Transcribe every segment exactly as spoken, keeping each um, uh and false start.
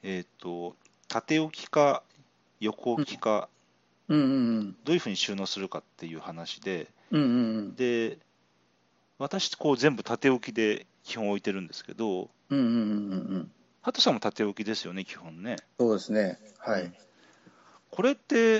えっと、縦置きか横うん置きか、 うんうんどういうふうに収納するかっていう話で、 うんうんで、私、こう全部縦置きで基本置いてるんですけど、 うんうんうんうんうん。 ハトさんも縦置きですよね、基本ね。 そうですね。はい。 うん。これって、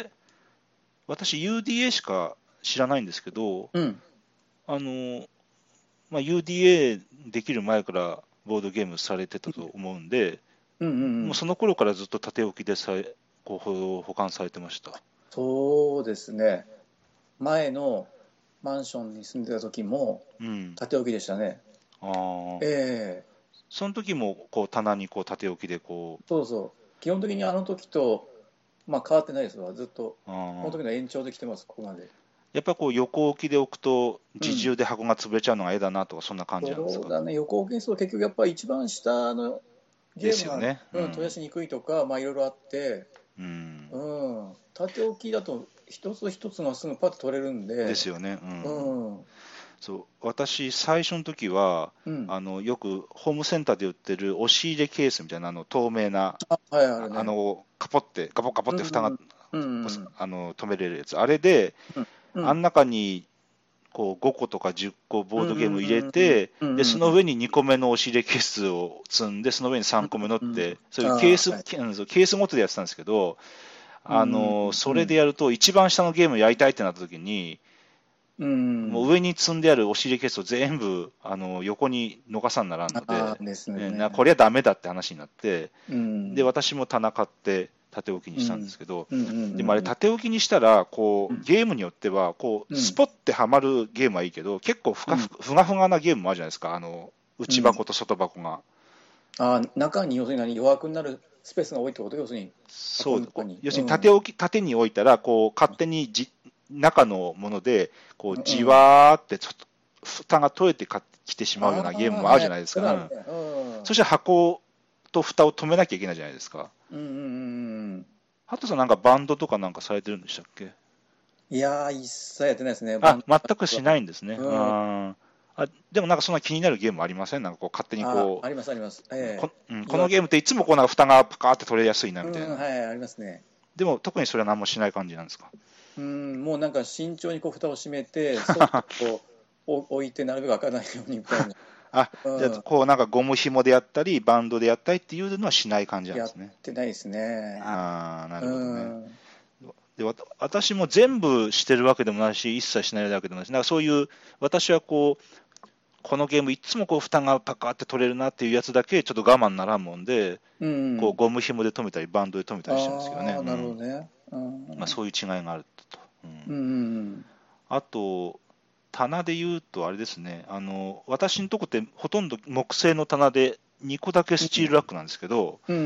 私 ユーディーエー しか知らないんですけど、 うん。 あの、まあ、ユーディーエー できる前からボードゲームされてたと思うんで、 うんうんうん。 もうその頃からずっと縦置きでさえこう保管されてました。 そうですね。前のマンションに住んでた時も、 うん。 縦置きでしたね。 ああ。 ええ、 その時もこう棚にこう縦置きでこそうそう。基本的にあの時と、まあ変わってないですわ。ずっと、 う、 このああ。 時の延長で来てます、ここまで。 やっぱこう横置きで置くと自うん。 重で箱が潰れちゃうのが嫌だなとかそんな感じなんですか？ そうだね。横置きにすると結局やっぱり一番下のでゲームが、 すよね。ううん、取り出ん。 しにくいとか、まあいろいろあって、 うん。 うん。縦置きだと一つ一つがすぐパッと取れるんで、 ですよね。うん。 うん。うん。 そう、私、最初の時は、あの、よくホームセンターで売ってる押し入れケースみたいなあの透明な、 あ、はい、ああるね。 あの、カポって、ガポガポって蓋が、 うんうんうんうんあの、止めれるやつ。あれで、 うんうんあん中に、こうごことかじゅっこボうんードゲーム入れうんうんて、で、 うんうんその上ににこめの押し入れケースを積んで、その上にさんこめ乗っうん。 て、そういうケース、 ああ、はい。 ケケースごとでやってたんですけど、あうんの、そうんれでやると、一番下のゲームやりたいってなった時に、 うん。 もう上に積んである押し入れケースを全部あの横に逃さんならんので、 ああですえなこね。 れはダメだって話になって、 うで、 ん私も棚買って縦置きにしたんでうんすけど、 うんうんでもあれうん縦置きにしたら、こうんう、ゲームによっては、こう、 うんスポッてはまるゲームはいいけど、結構ふかふふがふがなゲームもあるじゃないですか。あの、 うん。 内箱と外箱が。 ああ、中に要するに何、弱くなるスペースが多いってこと、要するにそう、 箱の中に。 こう要するにうん。 縦置き、縦に置いたら、こう、勝手にじ中のもので、こう、じうん。 わーってちょっと、蓋が取れてきてしまうようなああ、 ゲームもあるはい。 じゃないですか。うん。 それあるね。うん。 そして箱と蓋を止めなきゃいけないじゃないですか。 うんうんうんうん。 ハトさんなんかバンドとかなんかされてるんでしたっけ？ いやー、一切やってないですね。バあ、 ン全くしなドは。 いんですね。 うん。 ああ、でもなんかそんな気になるゲームありません？なんかこう勝手にあ、 こありますあります。 う、こ、 ええ。 うん、こ言われ、 のゲームっていつもこうなんか蓋がパカーって取れやすいなみたいうん、 な。 はい、ありますね。 でも特にそれは何もしない感じなんですか？ うん、もうなんか慎重にこう蓋を閉めて、そっとこうお置いてなるべく開かないようにみたいな。 あ、じゃあうん。 こうなんかゴム紐でやったり、バンドでやったりっていうのはしない感じなんでやっすね。 てないですね。 ああ、なうるほどね。 ん。 で、わた私も全部してるわけでもないし、一切しないわけでもないし、なんかそういう、私はこう、このゲームいつもこう蓋がパカって取れるなっていうやつだけちょっと我慢ならんもんで、 うん。 こうゴム紐で留めたりバンドで留めたりしてるんですけどね。 ああ、なるほどうん。 ね。うん。 まあそういう違いがあると。うん。 うん。 あと、棚で言うとあれですね、あの、私のとこってほとんど木製の棚でにこだけスチールラックなんですけど、 うん。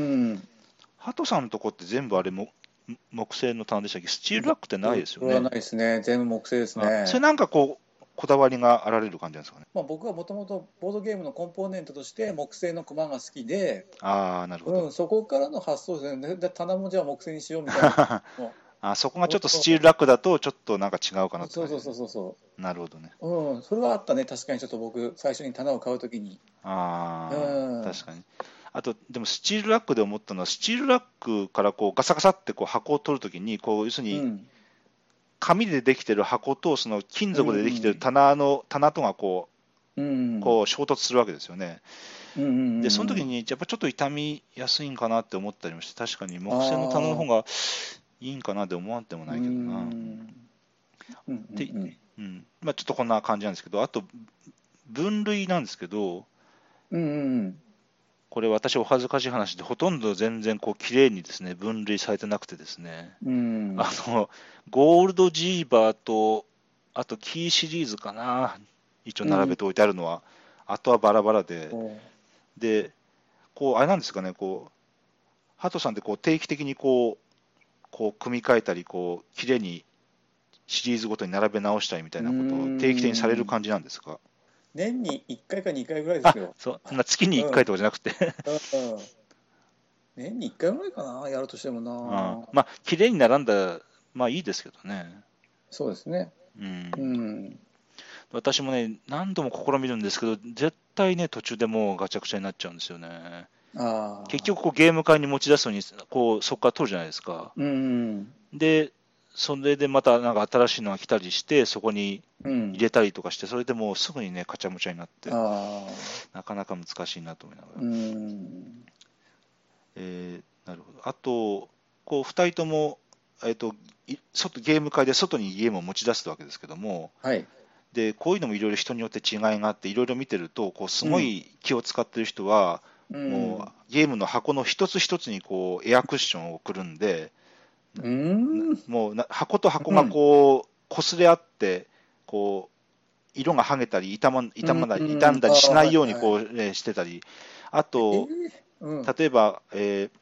ハトさんのとこって全部あれも木製の棚でしたっけ？スチールラックってないですよ僕はないね。 ですね。全部木製ですあ、それね。 なんかこう、こだわりがあられる感じなんですかね。 まあ、僕はもともとボードゲームのコンポーネントとして木製の駒が好きで、 ああ、なるほど。 うん、そこからの発想ですね。で、棚もじゃあ木製にしようみたいなのあ、そこがちょっとスチールも。 ラックだとちょっとなんか違うかなってそうそうそう感じですね。 そうそなるほどね。 う。うん、それはあったね。確かにちょっと僕、最初に棚を買うときに。うああ、 ん、 確かに。あと、でもスチールラックで思ったのは、スチールラックからこうガサガサってこう箱を取るときに、こう要するにうん、 紙でできてる箱とその金うん、 属でできてるうん、 棚の棚とがこうう、 ん、 こう衝突するわけですよね。 うん、うで、その時ん。 にやっぱちょっと傷みやすいんかなって思ったりもして、確かにあ木製の棚の方あ、 がいいんかなって思わんでもうないけどな。うん、 ん、うん、うん、 で、 うん、 うん、まあちょっとこんな感じなんですけど、あと分類なんですけど、 うん、うん、 これ私お恥ずかしい話でほとんど全然こう綺麗にですね分類されてなくてですね、 うん、 あのゴールドジーバーとあとキーシリーズかな、一応うん、 並べておいてあるのは、あとはバラバラで、 おでこうあれなんですかね、こうハトさんってこう定期的にこうこう組み替えたりこう綺麗にシリーズごとに並べ直したりみたういなことを定期的にされるん。 感じなんですか？ 年にいっかいかにかいぐらいですあ、 よ。 そんな月に1 うん、 回とかじゃなくてうん。年にいっかいぐらいかな、やるとしてもあ、 な。 まあ綺麗に並んだらまあいいですけどね。 そうですね。 うん、 うん。 私もね、何度も試みるんですけど、絶対ね、途中でもうガチャくちゃになっちゃうんですよね。 ああ。 結局こうゲーム会に持ち出すのにこうそこから取るじゃないですか。 うん。 でそれでまたなんか新しいのが来たりしてそこにうん。 入れたりとかして、それでもうすぐにね、かちゃむちゃになって、 ああ。 なかなか難しいなと思いながら。 うん。 えーなるほど。あと、こうふたりとも、えーと、い外ゲーム会で外にゲームを持ち出すわけですけども、 はい。 でこういうのもいろいろ人によって違いがあって、いろいろ見てると、こうすごうん。 い気を使ってる人は、 うもん。 うゲームの箱の一つ一つにこうエアクッションを送るんで、 うん。 もうな箱と箱がうん。 こう擦れ合って、こう色が剥げたり傷ま、傷まない傷んだああ、 りしないようにはいはい。 こう、ね、してたり、あええ。 と、 うん。 例えば、えー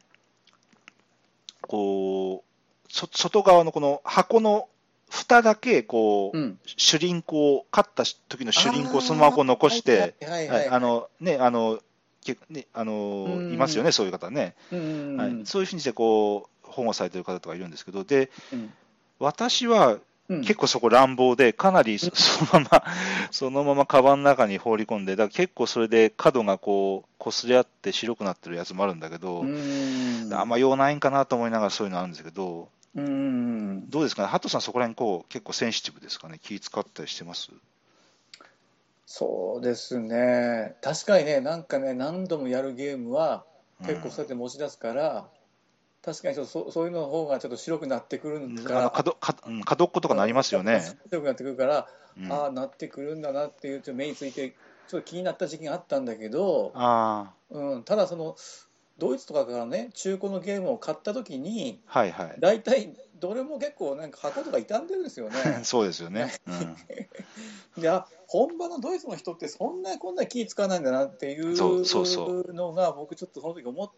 こうそ外側のこの箱の蓋だけこううん。 シュリンクを勝った時のシュリンクをそのままああ、 こう残はいはして、 いはいはい、あはいはい。 のねあのけねあうのいますよん。 ね、そういう方ね、 うはい、 ん。 そういうふうにしてこう保護されてる方とかいるんですけど、でうん。 私はうん。 結構そこ乱暴で、かなりそそのまま、そのままカバンの中に放り込んで、だから結構それで角がこう擦れ合って白くなってるやつもあるんだけうど、あんん。 ま用ないんかなと思いながらそういうのあるんですけど、 うん。 どうですかね、ハトさん、そこら辺こう結構センシティブですかね、気使ったりしてます？ そうですね。確かにね、なんかね、何度もやるゲームは結構そうやって持ち出すから、確かにちょっとそ、そういうのの方がちょっと白くなってくるうん、あのから、 角かうん角っことかなりますよね。 白くなってくるから、 うん、 ああ、なってくるんだなっていう、ちょっと目について、ちょっと気になった時期があったんだけど、 あうん、ただその、ドイツとかからね、中古のゲームを買った時に、 あ、はいはい、 大体どれも結構なんか箱とか傷んでるんですよね。 そうですよね。うん、 で、あ、本場のドイツの人ってそんなこんな気使わないんだなっていそうそうそうのが僕ちょっとその時思って、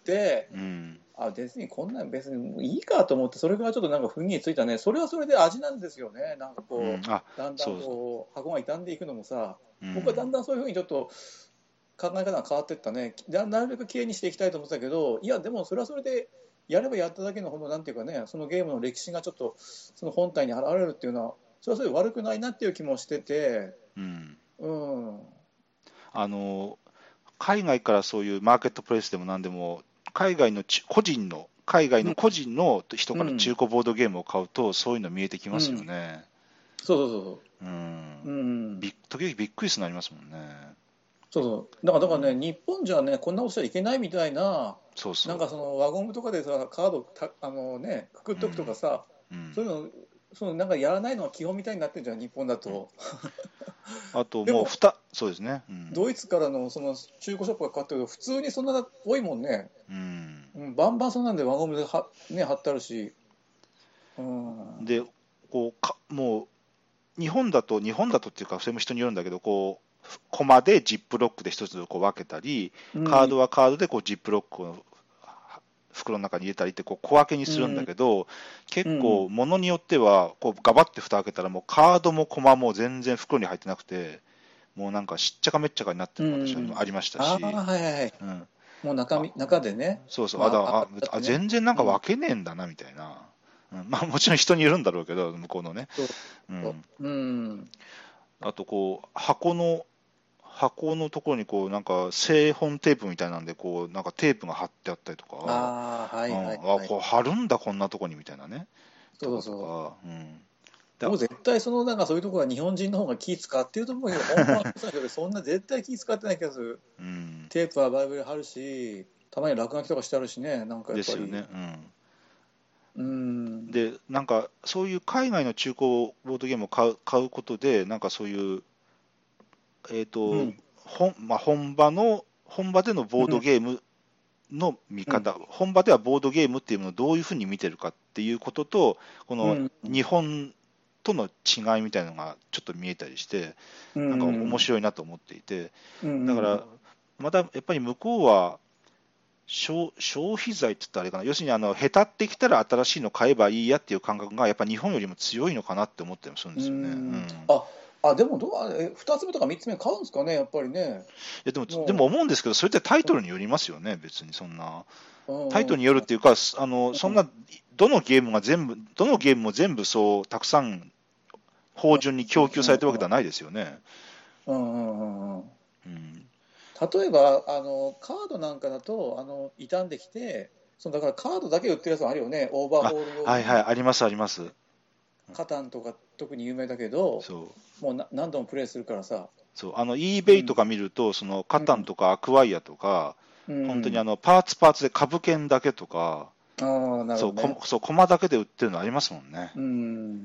う、うん、 あ、別にこんなん別にいいかと思って、それからちょっとなんか雰囲気ついたね。それはそれで味なんですよね。なんかうん、 こあ、 う、だんだんそうそう、 こう、箱が傷んでいくのもさ、 う僕はだんん、 だんそういうふうにちょっと考え方が変わっていったね。ななるべくきれいにしていきたいと思ってたけど、いや、でもそれはそれで、やればやっただけのほど、なんていうかね、そのゲームの歴史がちょっと、その本体に現れるっていうのは、それはそれで悪くないなっていう気もしてて、 うん、 うん。 あの海外からそういうマーケットプレイスでも何でも、海外のち個人の、海外うん。 の個人の人から中うん。 古ボードゲームを買うと、そういうの見えてきますようん。 ね。 そうそうそううん。 そう。うん。 び時々びっくりするのありますもんね。 そうそう。だから、だからね、 うん。 日本じゃね、こんなことしちゃいけないみたいな、 そうなんかそその輪ゴムとかでさ、カードた、あのね、くくっう。うとくとかん。 さ、 うん。 そういうの、そのなんかやらないのが基本みたいになってるじゃん、日本だうん。 と。 あとでも、 もうふた、そうですね。うん。 ドイツからのその中古ショップが買ってると、普通にそんな多いもんね。 うん。 うん、バンバンそんなんで輪ゴムでは、ね、貼ってあるし。うん。 で、こうか、もう、日本だと、日本だとっていうか、それも人によるんだけど、こう、コマでジップロックで一つこう分けたり、 うん。 カードはカードでこうジップロックを袋の中に入れたりってこう小分けにするんだうん。 けど、 う結構ん。 物によってはこうガバッて蓋開けたらもうカードもコマも全然袋に入ってなくて、もうなんかしっちゃかめっちゃかになってうるのが私はん。 ありましたああ、 し、 はいはいはい。 うん、 もう中あ、 身、中でね。 そうそう、あだまあ、あああだってね。 全然なんかうん。 分けねえんだなみたいな、うん、まあもちろん人にいるんだろうけど向こうのね、 そうそうん、 う。うん。 あとこう箱の箱のところにこうなんか製本テープみたいなんでこうなんかテープが貼ってあったりとか、 ああ、はいうん、 はいはい。 あこう貼るんだこんなとこにみたいなね、とことそうそう。 か、うん、だ僕絶対そのなんかそういうところは日本人の方が気使ってると思うけど、本場の人だけどそんな絶対気使ってない気がする。 うん、 テープはバイブル貼るし、たまに落書きとかしてあるしね、なんかやっぱり。 ですよね、 ううん、 ん。 でなんかそういう海外の中古ボードゲームを買う、買うことでなんかそういう、えーとうん。 本まあ、本場の本場でのボードうん。 ゲームの見うん。 方、本場ではボードゲームっていうのをどういうふうに見てるかっていうことと、このうん。 日本との違いみたいなのがちょっと見えたりして、 うなんか面ん。 白いなと思っていて、 うん。 だから、またやっぱり向こうは消、消費財って言ったらあれかな、要するにあのへたってきたら新しいの買えばいいやっていう感覚が、やっぱ日本よりも強いのかなって思ったりもするんでうすよね。うん。 ん、 あ、あ、でもどう、あえ、二つ目とか三つ目買うんですかね、やっぱりね。 いやでも、でもも思うんですけど、それってタイトルによりますよね、別にそんな。 う、うんうんタイトルによるっていうか、あのそんうんな、どのゲームが全部、どのゲームも全部そう、たくさんうん芳醇に供給されてるわけではうんないですよね。 うんうんうんうん。 うん、 例えばあのカードなんかだとあの傷んできて、そのだからカードだけ売ってるやつもあるよね。オーバーあ、 ホール用はいはい、 にありますあります。 カタンとか特に有名だけど、 そう。 もうな何度もプレイするからさ。 そう、あのう eBay とんか見ると、そのカタンうんとかアクワイアとか、 う本当にん。 あのパーツパーツで株券だけとか、 ああ、なるそう、 ほどね。 こそう、コマだけで売ってるのありますもんね。 うん。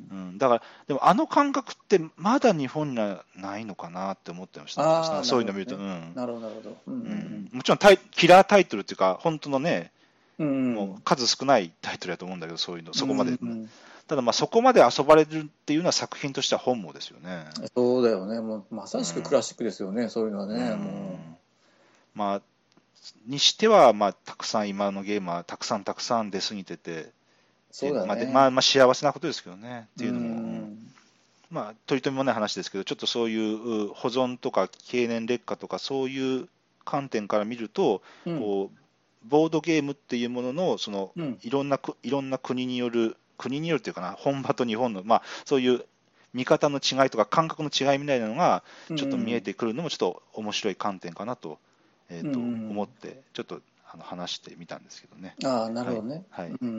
うん、だから、でもあの感覚ってまだ日本にはないのかなって思ってましたね。なんああ、 かなそういうの見ると、うるほどね。 ん。 なるほど、なるほど。うんううん、 んもちろんタイキラータイトルっていうか、本当のね、 うん。うもうん数少ないタイトルだと思うんだけど、そういうの、 うそこまで、 ん。 ただまあそこまで遊ばれるっていうのは作品としては本望ですよね。 そうだよね。もうまさしくクうん。 ラシックですよね。そういうのはうね。もん。まあ、にしては、まあ、たくさん今のゲームはたくさんたくさん出過ぎてて、 う、そうで、 だよまあ、で、まあ、 ね。 まあ幸せなことですけどね。っうていうのも、うん、 ん。 まあ、取り留めもない話ですけど、ちょっとそういうう保存とか経年劣化とかそういう観点から見ると、 うん。 こう、ボードゲームっていうものの、その、 うん。 いろんなく、いろんな国による、国によるっていうかな、本場と日本の、まあ、そういう見方の違いとか感覚の違いみたいなのが、 うちょっと見えん。 てくるのも、ちょっと面白い観点かなと、えうーと、思っん。 て、ちょっとあの話してみたんですけどね。 ああ、なるはい。 ほどね。 はい。 うん。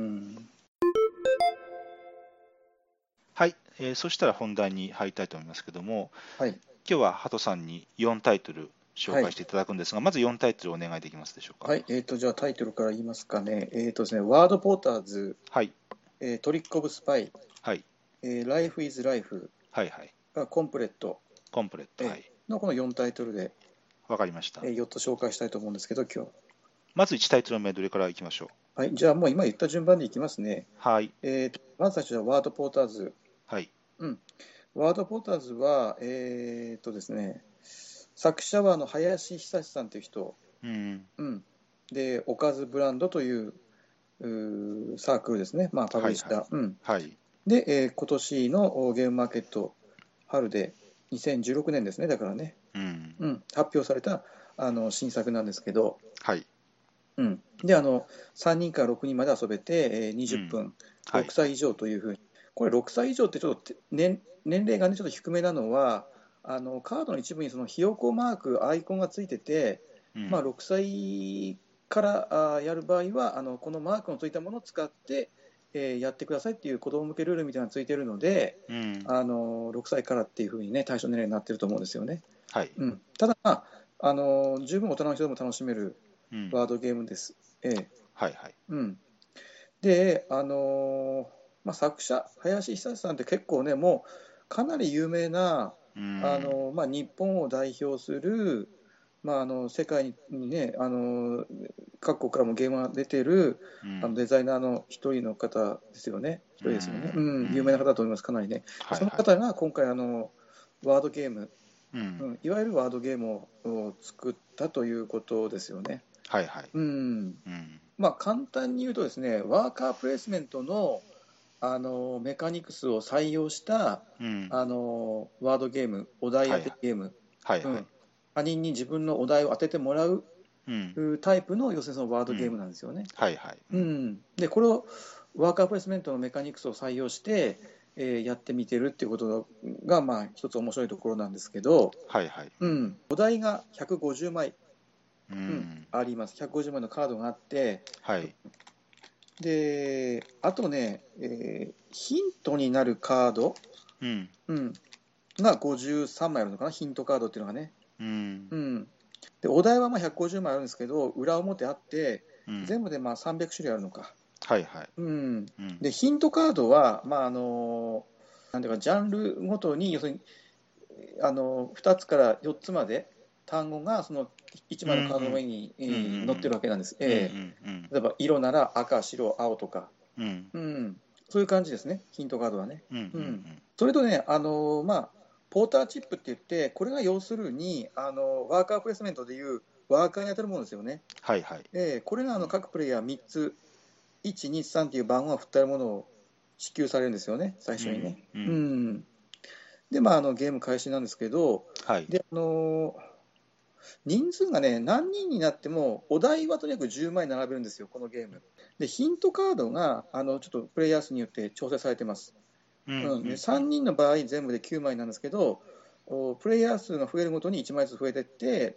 はい。えーそしたら本題に入りたいと思いますけども、 はい。 今日はハトさんによんタイトル紹はい。 介していただくんですが、まずよんタイトルお願いできますでしょうか。 はい。えっと、じゃあタイトルから言いますかね。えっとですね、ワードポーターズ、 はい。 えートリックオブスパイ、 はい。 えー、ライフイズライフはいはい。 がコンプレット、 コンプレット。はえい。 ーのこのよんタイトルで、 わかりました。 えー、よっつ紹介したいと思うんですけど、今日。 まずいちタイトル目、どれからいきましょう。 はい。じゃあもう今言った順番でいきますね。 はい。 えーと、まず最初はワードポーターズ。 はい。 うん。ワードポーターズは、えーとですね、作者はあの林久志さんという人、 うん。 うん、で、おかずブランドといううーサークルですね、まあ、パブはいはい。 リッシャー。うん、 はい。 で、えー今年のゲームマーケット、春でにせんじゅうろくねんですね、だからね、 うん。 うん、発表されたあの新作なんですけど、 はい。 うん、であの、さんにんからろくにんまで遊べて、えー、20 うん。 分、6 はい。 歳以上というふうに、これ、ろくさい以上ってちょっと年年齢が、ね、ちょっと低めなのは、あのカードの一部にそのひよこマーク、アイコンがついてて、まあ、 うん。 ろくさいからあやる場合は、あのこのマークのついたものを使って、えーやってくださいっていう子ども向けルールみたいなのがついてるので、 うん。 あのろくさいからっていうふうに、ね、対象年齢になってると思うんですよね。 はい。 うん、ただ、まあ、あの十分大人の人でも楽しめるうん。 ワードゲームです。ええはいはい。 うん、で、あのまあ、作者、林久志さんって結構ね、もうかなり有名な、 うあん。 のまあ、日本を代表する、まあ、あの世界にね、あの各国からもゲームが出てるうん。 あのデザイナーの一人の方ですよね、一うん。 人ですよね、ううん、有名な方ん。 だと思います、かなりね。そのはいはい。 方が今回あの、ワードゲーム、 うん。 うん、いわゆるワードゲームを作ったということですよね。 はいはい。 うんうん。 まあ、簡単に言うとですね、ワーカープレイスメントの、あのメカニクスを採用したうん。 あのワードゲーム、お題当はいはい。 てゲーム、 はいはい。 うん、他人に自分のお題を当ててもらううん。 タイプの、要するにそのワードゲームうん。 なんですよね。 はいはい。ううん。 ん、で、これをワーカープレイスメントのメカニクスを採用して、えーやってみてるっていうことが、まあ、一つ面白いところなんですけど、 はいはい。うん。 うん、お題がひゃくごじゅうまい、 ううん、 ん。 あります。ひゃくごじゅうまいのカードがあって、 はい。 で、あとね、えーヒントになるカード、 うん。 うん、がごじゅうさんまいあるのかな、ヒントカードっていうのがね。 うん。 うん、でお題はまあひゃくごじゅうまいあるんですけど、裏表あって、 うん。 全部でまあさんびゃくしゅるいあるのか。 はいはい。 うん、 うん。 でヒントカードは、まああのなんていうか、ジャンルごとに、要するにあのふたつからよっつまで単語がそのいちうん。うまいのカードのん。 上に、えうん。うー載ってるん。 わけなんです。 うん。うえん。 ー例えば色なら赤、白、青とか、 うん。 うん、そういう感じですね、ヒントカードはね。 うん。うん。 うん、それとね、あのまあ、ポーターチップって言って、これが要するにあのワーカープレイスメントでいうワーカーに当たるものですよね。 はいはい。 えーこれがあうん。 の各プレイヤーみっつ、いち、に、さんという番号が振ってあるものを支給されるんですよね、最うん。 初にね。 うん。 うん、で、まあ、あのゲーム開始なんですけど、 はい。 であの人数がね、何人になっても、お題はとにかくじゅうまい並べるんですよ、このゲーム。で、ヒントカードが、あの、ちょっとプレイヤー数によって調整されてます。 うん。 うん。で、 うん。う 3 ん。 人の場合、全部できゅうまいなんですけど、 プレイヤー数が増えるごとにいちまいずつ増えていって、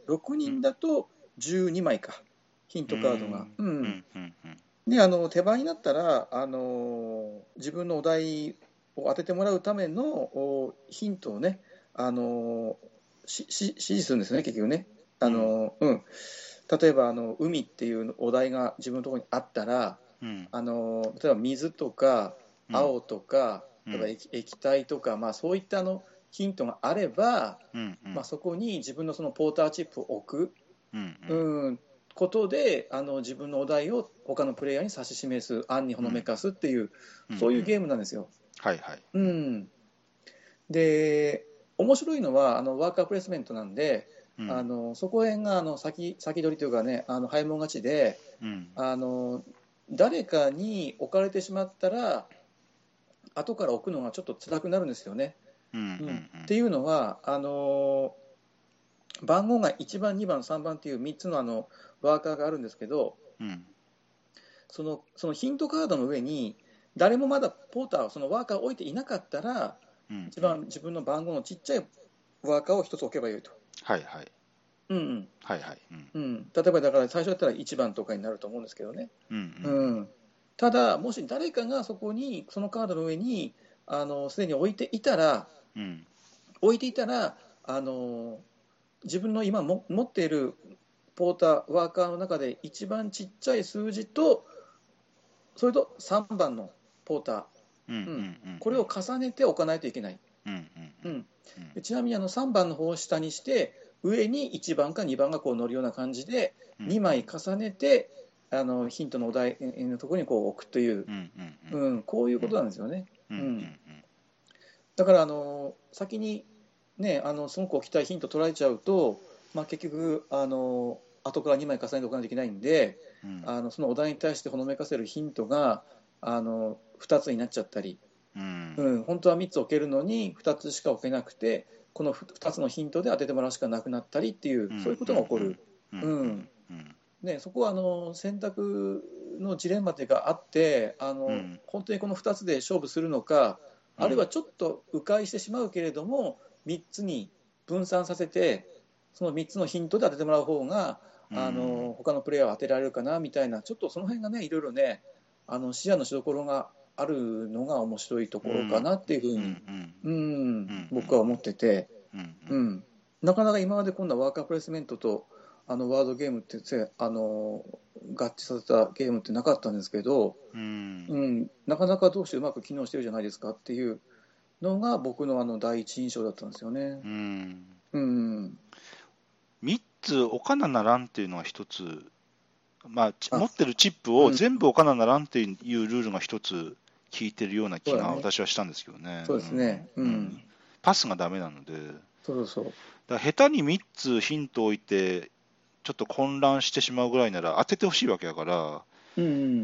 ろくにんだとじゅうにまいか、ヒントカードが。うんうんうんうん、であの手番になったらあの自分のお題を当ててもらうためのヒントをね、あのしし指示するんですね、結局ね。あの、うんうん、例えばあの海っていうお題が自分のところにあったら、うん、あの例えば水とか青とか、うん、例えば 液, 液体とか、まあ、そういったあのヒントがあれば、うんうん、まあ、そこに自分のそのポーターチップを置く、うんうんうん、ことであの自分のお題を他のプレイヤーに指し示す、暗にほのめかすっていう、うん、そういうゲームなんですよ。 はいはい。 うん、で面白いのはあのワーカープレイスメントなんで、うん、あのそこへんがあの 先, 先取りというかね、あの早いもん勝ちで、うん、あの誰かに置かれてしまったら後から置くのがちょっと辛くなるんですよね。うんうんうん、っていうのはあの番号がいちばんにばんさんばんっていうみっつのあのワーカーがあるんですけど、うん、そのそのヒントカードの上に誰もまだポーターそのワーカーを置いていなかったら、うんうん、一番自分の番号のちっちゃいワーカーをひとつ置けばよいと。 はいはい。 うんうんはいはい。 うんうん、例えばだから最初だったらいちばんとかになると思うんですけどね。うんうんうん、ただもし誰かがそこにそのカードの上にあのすでに置いていたら、うん、置いていたらあの自分の今も持っているポーターワーカーの中で一番ちっちゃい数字とそれとさんばんのポーター、うんうんうんうん、これを重ねておかないといけない、うんうんうんうん、ちなみにあのさんばんの方を下にして上にいちばんかにばんがこう乗るような感じでにまい重ねてあのヒントのお題のところにこう置くという、うんうんうん、こういうことなんですよね。うんうんうん、だからあの先にね、あのすごく置きたいヒント取られちゃうと、まあ、結局あの後からにまい重ねておかないといけないんで、うん、あのそのお題に対してほのめかせるヒントがあのふたつになっちゃったり、うんうん、本当はみっつ置けるのにふたつしか置けなくてこのふたつのヒントで当ててもらうしかなくなったりっていう、うん、そういうことが起こる。そこはあの選択のジレンマというかあってあの、うん、本当にこのふたつで勝負するのか、あるいはちょっと迂回してしまうけれどもみっつに分散させてそのみっつのヒントで当ててもらう方が、うん、あの他のプレイヤーは当てられるかなみたいな、ちょっとその辺がねいろいろねあの視野のしどころがあるのが面白いところかなっていうふうに、うんうん、僕は思ってて、うん、なかなか今までこんなワーカープレイスメントとあのワードゲームってあの合致させたゲームってなかったんですけど、うんうん、なかなかどうしてうまく機能してるじゃないですかっていうのが僕のあの第一印象だったんですよね。うんうん、 みっつ置かなならんっていうのは一つ、まあ、持ってるチップを全部置かなならんっていうルールが一つ効いてるような気が私はしたんですけどね。 そうですね、うんうん、 パスがダメなので、 そうそうそう、 だから下手にみっつヒントを置いてちょっと混乱してしまうぐらいなら当ててほしいわけだから、うんうん、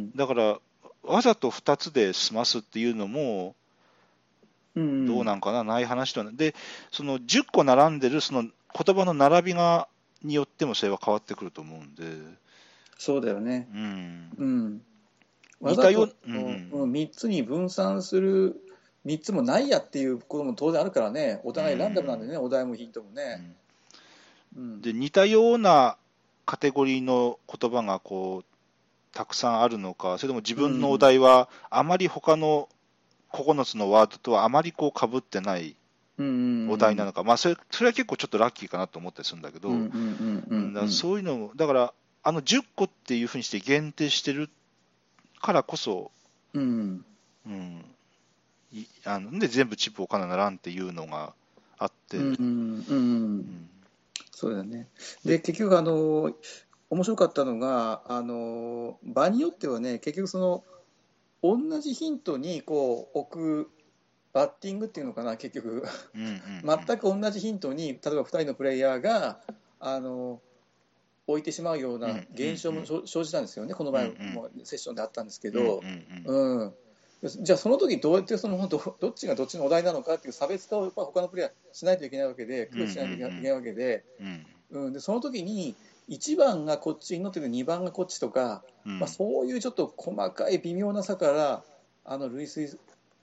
だからわざとふたつで済ますっていうのもどうなんかな、うん、ない話とはで、そのじゅっこ並んでるその言葉の並びがによってもそれは変わってくると思うんで。 そうだよね。うん。うん、 似たよう、 うんうん、みっつに分散するみっつもないやっていうことも当然あるからね、お互いランダムなんでね、うん、お題もヒントもね、 うん、で似たようなカテゴリーの言葉がこうたくさんあるのか、それとも自分のお題はあまり他のここのつのワードとはあまりこう被ってないお題なのか、まあそれ、それは結構ちょっとラッキーかなと思ったりするんだけど、そういうのだからあのじゅっこっていうふうにして限定してるからこそ、うんうん、あので全部チップ置かなならんっていうのがあって、うんうんうんうん、そうだよね。で結局あの面白かったのがあの場によってはね、結局その同じヒントにこう置くバッティングっていうのかな、結局、うんうんうん、全く同じヒントに例えばふたりのプレイヤーがあの置いてしまうような現象も生じたんですよね、この前もセッションであったんですけど、うんうん、じゃあその時どうやってその ど, どっちがどっちのお題なのかっていう差別化を他のプレイヤーしないといけないわけで、区別しないといけないわけで、うん、でその時にいちばんがこっちに乗っててにばんがこっちとか、うん、まあ、そういうちょっと細かい微妙な差からあの類推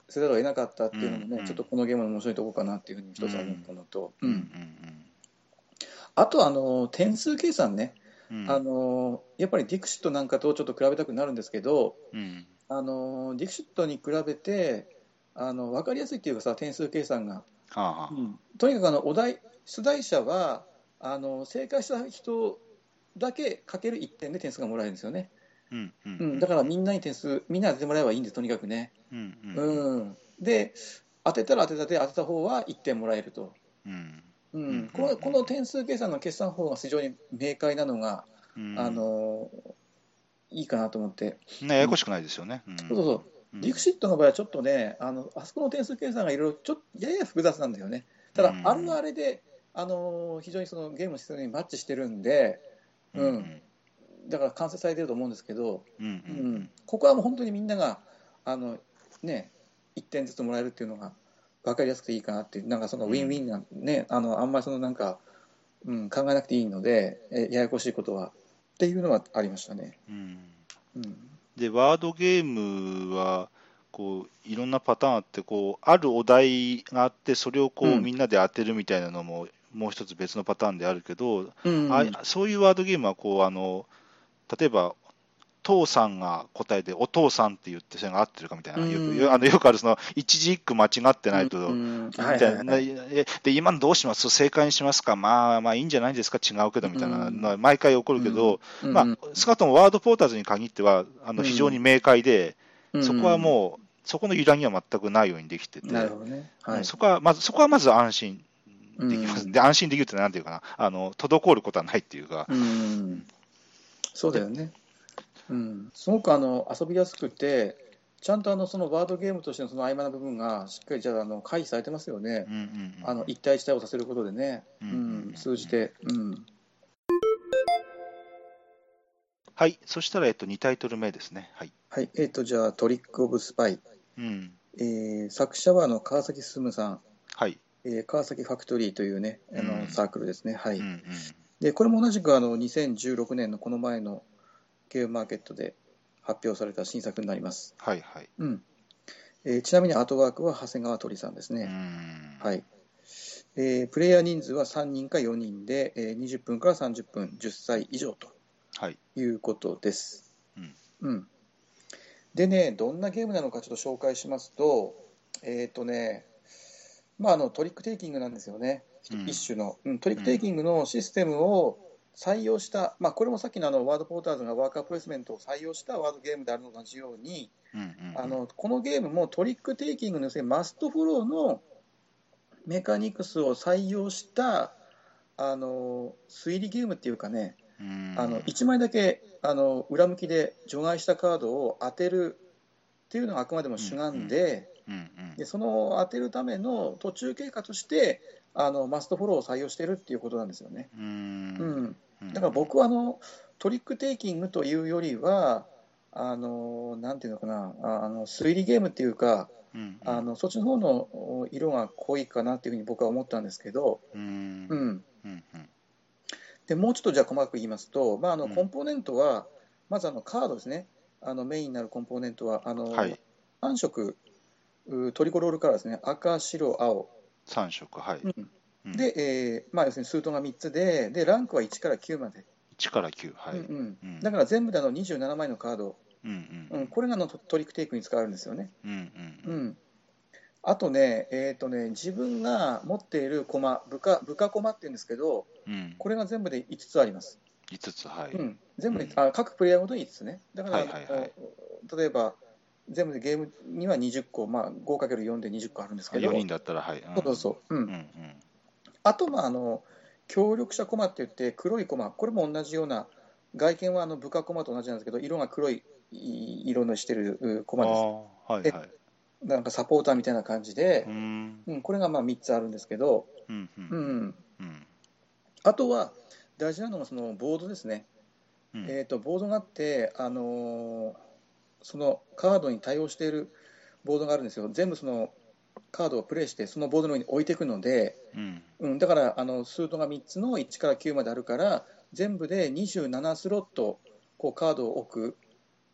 せざるを得なかったっていうのもね、 うんうんちょっとこのゲームの面白いところかなっていうふうに一つ思ったのと、 うんううんんあとあの点数計算ね、あうんのやっぱりディクシットなんかとちょっと比べたくなるんですけど、 うんあのディクシットに比べてあの分かりやすいっていうかさ、点数計算が、 はあはあうん、とにかくあのお題出題者はあの正解した人だけかけるいってんで点数がもらえるんですよね、 うんうんうん、だからみんなに点数みんな当ててもらえばいいんです、とにかくね、 うんうんうん、で当てたら当てたで当てた方はいってんもらえると、 うんううんん、このこの点数計算の決算法が非常に明快なのが、あうんのいいかなと思って、 ね、ややこしくないですよね。うんそうそうそう。ディクシットの場合はちょっとね、あの、あそこの点数計算がいろいろちょっとやや複雑なんだよね。ただ、あれはあれで、あのー非常にそのゲームの質にマッチしてるんで、うん。だから完成されてると思うんですけど、 うんうんうん。ここはもう本当にみんなが、あの、ね、いってんずつもらえるっていうのが分かりやすくていいかなっていう、なんかそのウィンウィンな、ね、あの、あんまりそのなんか、うん、考えなくていいので、えややこしいことは、っていうのはありましたね。 うんうん。 で、ワードゲームは、こう、いろんなパターンあって、こう、あるお題があって、それをこう、 うんみんなで当てるみたいなのも、もう一つ別のパターンであるけど、あ、 うんそういうワードゲームは、こう、あの、例えば、父さんが答えて、お父さんって言って、それが合ってるかみたいうな、よく、よあのんよくある、その、一字一句間違ってなうんいと、 うんはみたいな、 いはいはい。 えで、今のどうします正解にしますかまあまあいいんじゃないですか違うけどみうたいなのんは毎回起こるけど、 うんうんまあ、 うん少なくともワードポーターズに限っては、あの非常にうん明快で、 うそこはんもう、そこの揺らぎは全くないようにできてて、 なるほどね。 うん、 はい。 そこはまず、そこはまず安心うできます。 んで、安心できるってなんていうかな、あの、滞ることはないっていうか、 うんそうだで、 よね。うん。すごくあの遊びやすくて、ちゃんとあのそのワードゲームとしてのその曖昧な部分がしっかりじゃああの回避されてますよね。 うんうんうんあの一対一対をさせることでね。 うんうんううんうんん。通じて。うん。 はい、そしたら、えっと、にタイトル目ですね。はい。 はい。えっとじゃあトリックオブスパイ。 うん。 えー作者はあの川崎進さん。 はい。 えー川崎ファクトリーというね、あのうんサークルですね。はい。 うんうんで、これも同じくあのにせんじゅうろくねんのこの前のゲームマーケットで発表された新作になります。 はいはい。 うん。えーちなみにアートワークは長谷川鳥さんですうね。 ん。 はい。えープレイヤー人数はさんにんかよにんで、えーにじゅっぷんからさんじゅっぷん、じゅっさい以上とはい。 いうことです。 うんうん。でね、どんなゲームなのかちょっと紹介しますと、えっとね、まあ、あのトリックテイキングなんですよね。 うん一種の、うん、トリッうんクテイキングのシステムを採用した、まあ、これもさっきのあのワードポーターズがワーカープレイスメントを採用したワードゲームであるのと同じように、 うんうんあのこのゲームもトリックテイキングのですねマストフォローのメカニクスを採用したあの推理ゲームっていうかね、 うんうんあのいちまいだけあの裏向きで除外したカードを当てるっていうのがあくまでも主眼で、 うんうんでその当てるための途中経過としてあのマストフォローを採用しているっていうことなんですよね。 うんうん、 うんだから僕はあのトリックテイキングというよりはあのなんていうのかなあの推理ゲームっていうかうんあのそっちの方の色が濃いかなっていうふうに僕は思ったんですけど、 うんうんうん、 うんでもうちょっとじゃあ細かく言いますと、まあ、あのうんコンポーネントはまずあのカードですね、あのメインになるコンポーネントはあのはい。 さん色トリコロールカラーですね、赤、白、青、 さん色、はい。 うんうんで、えーまあ、要するに数頭がみっつで、でランクはいちからきゅうまで、 いちからきゅう、はい。 うんうんうんだから全部であのにじゅうななまいのカード、 うんうんうん、これがあのトトリックテイクに使われるんですよね。 うんうんうんあとね、えーとね、自分が持っているコマ、部下、部下コマっていうんですけど、 うんうんこれが全部でいつつあります。 いつつ、はい。 うん、全部で、 うんあ、各プレイヤーごとにいつつね。だからはあの、 いはいはい。 例えば、全部でゲームにはにじゅっこ、まあ、ごかけるよん でにじゅっこあるんですけあよにど、 んだったら、はい。うんそうそうそう。ううんん。あと、まあ、あの、協力者コマって言って、黒いコマ、これも同じような、外見はあの部下コマと同じなんですけど、色が黒い色のしてるうコうん。あマです。 あ、はいで、 はい。 なんかサポーターみたいな感じで、 うーんうん、これがまあみっつあるんですけど、 うんうんうん、 うんあとは大事なのがそのボードですね。 うんえーと、ボードがあって、あのーそのカードに対応しているボードがあるんですよ。全部そのカードをプレイして、そのボードの上に置いていくので、 うんうん、だからあの数トがみっつのいちからきゅうまであるから、全部でにじゅうななスロットこうカードを置く、うん、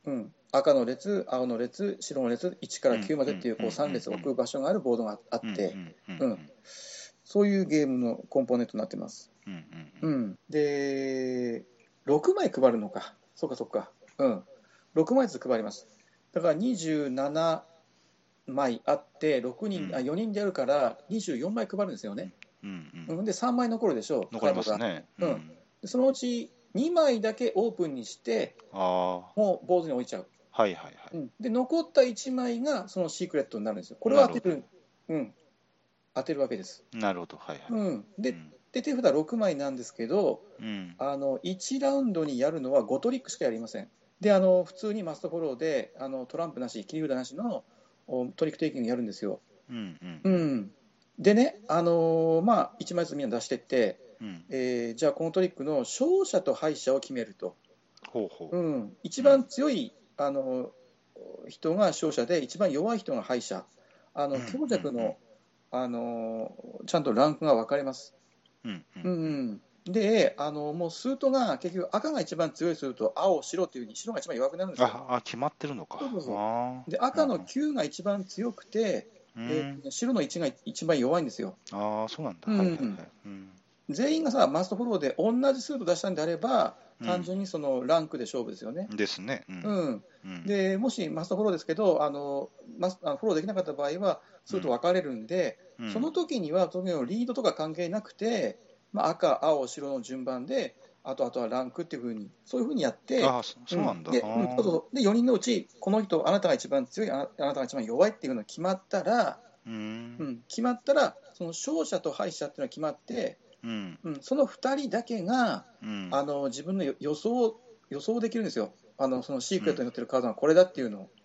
赤の列、青の列、白の列、いちからきゅうまでっていう、こうさん列置く場所があるボードがあって、うん、そういうゲームのコンポーネントになってます。うんうん、で、ろくまい配るのか。そうかそうか。うん。ろくまいずつ配ります。だからにじゅうななまいあって、ろくにん、あよにんでやるからにじゅうよんまい配るんですよね。うんうん、で、さんまい残るでしょう、 残りますね。 カードが。うん、でそのうちにまいだけオープンにして、もうボードに置いちゃう。 はいはいはい。 うん、で、残ったいちまいがそのシークレットになるんですよ。これを当てる。うん、当てるわけです。 なるほど。はいはい。 うん、で、で手札ろくまいなんですけど、うん、あのいちラウンドにやるのはごトリックしかやりません。で、あの普通にマストフォローであのトランプなし、切り札なしのトリックテイキングやるんですよ。うんうんうん、でね、あのー、まあ、いちまいずつみんな出していって、うん、えー、じゃあこのトリックの勝者と敗者を決めると。ほうほう、うん、一番強い、うん、あの人が勝者で、一番弱い人が敗者。あの強弱の、あのちゃんとランクが分かれます。うんうんうん、であのもうスートが結局赤が一番強いスート、青、白っていう風に白が一番弱くなるんですよ。 ああ、決まってるのか。 そうそうそうで赤のきゅうが一番強くて、うん、えー、白のいちが一番弱いんですよ。 ああ、そうなんだ。うん、はいはいはい、 うん、全員がさマストフォローで同じスート出したんであれば、単純にそのランクで勝負ですよね。 ですね。 うん、うん、でもしマストフォローですけど、あのマスあのフォローできなかった場合はスート分かれるんで、うん、その時には特にリードとか関係なくて、まあ、赤、青、白の順番で、あとあとはランクっていうふうに、そういうふうにやって、 あそうなんだ、 うん、で、うん、そうそうでよにんのうち、この人、あなたが一番強い、あなたが一番弱いっていうのが決まったら、うん、うん、決まったら、その勝者と敗者っていうのが決まって、うんうん、そのふたりだけが、うん、あの自分の予想予想できるんですよ。あのそのシークレットに載ってるカードがこれだっていうのを。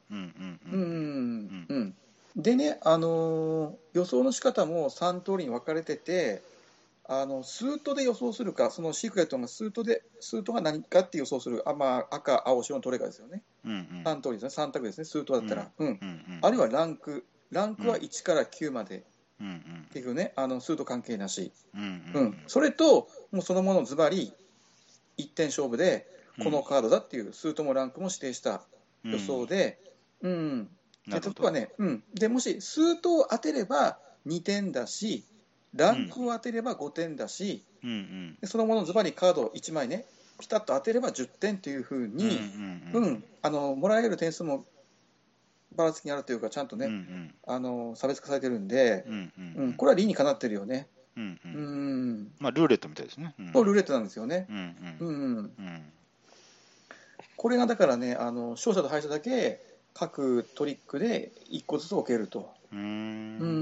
でね、あのー、予想の仕方もさん通りに分かれてて、あのスートで予想するか、そのシークレットのスートでスートが何かって予想する、あ、まあ、赤、青、白のどれかですよね。うんうん、さん通りですね、さん択ですね、スートだったら。うんうんうん、あるいはランク、ランクはいちからきゅうまで。うんうん、結局ね、あのスート関係なし。うんうんうん、それと、もうそのものズバリいってん勝負で、このカードだっていうスートもランクも指定した予想で、うん、うん、で例えばね、うん、でもしスートを当てればにてんだし、ランクを当てればごてんだし、うんうん、でそのものズバリカードいちまいね、ピタッと当てればじゅってんというふうに、うんうんうん、あのもらえる点数もばらつきにあるというか、ちゃんとね、うんうん、あの差別化されてるんで、うんうんうん、これは理にかなってるよね。うんうんうん、 まあ、ルーレットみたいですね。 そう、ルーレットなんですよね。うんうんうんうん、これがだからね、あの勝者と敗者だけ各トリックでいっこずつ置けると。 うーん、うん、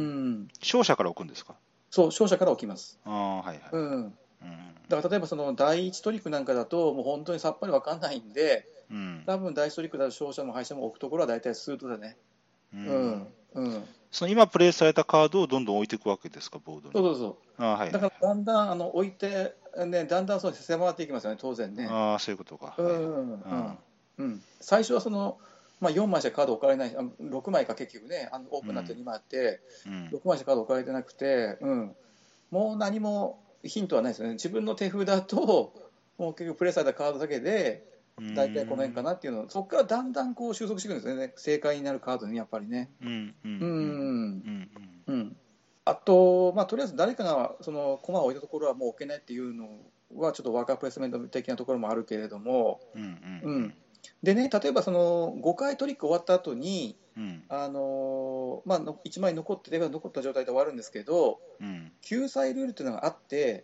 勝者から置くんですか？ そう、勝者から置きます。 あ、はいはい、うん、 だから例えばそのだいいちトリックなんかだともう本当にさっぱり分かんないんで、うん、多分だいいちトリックだと勝者も敗者も置くところは大体スートだね。うんうん、その今プレイされたカードをどんどん置いていくわけですか、ボードに。 そうそうそう。あ、はいはい、だからだんだんあの置いて、ね、だんだんそう狭まっていきますよね、当然ね。 ああ、そういうことか。うんうんうんうん、最初はその、まあ、よんまいしかカード置かれない、ろくまいか結局ね、あのオープンになってにまいあって、うん、ろくまいしかカード置かれてなくて、うん、もう何もヒントはないですよね。自分の手札と、もう結局プレイされたカードだけで、大体この辺かなっていうのを、そこからだんだんこう収束していくんですよね、正解になるカードにやっぱりね。うんうんうん。あと、まあ、とりあえず誰かがその駒を置いたところはもう置けないっていうのは、ちょっとワーカープレイスメント的なところもあるけれども、うんうんうん、でね、例えばそのごかいトリック終わった後に、うん、あのまあ、いちまい残って手が残った状態で終わるんですけど、うん、救済ルールっていうのがあって、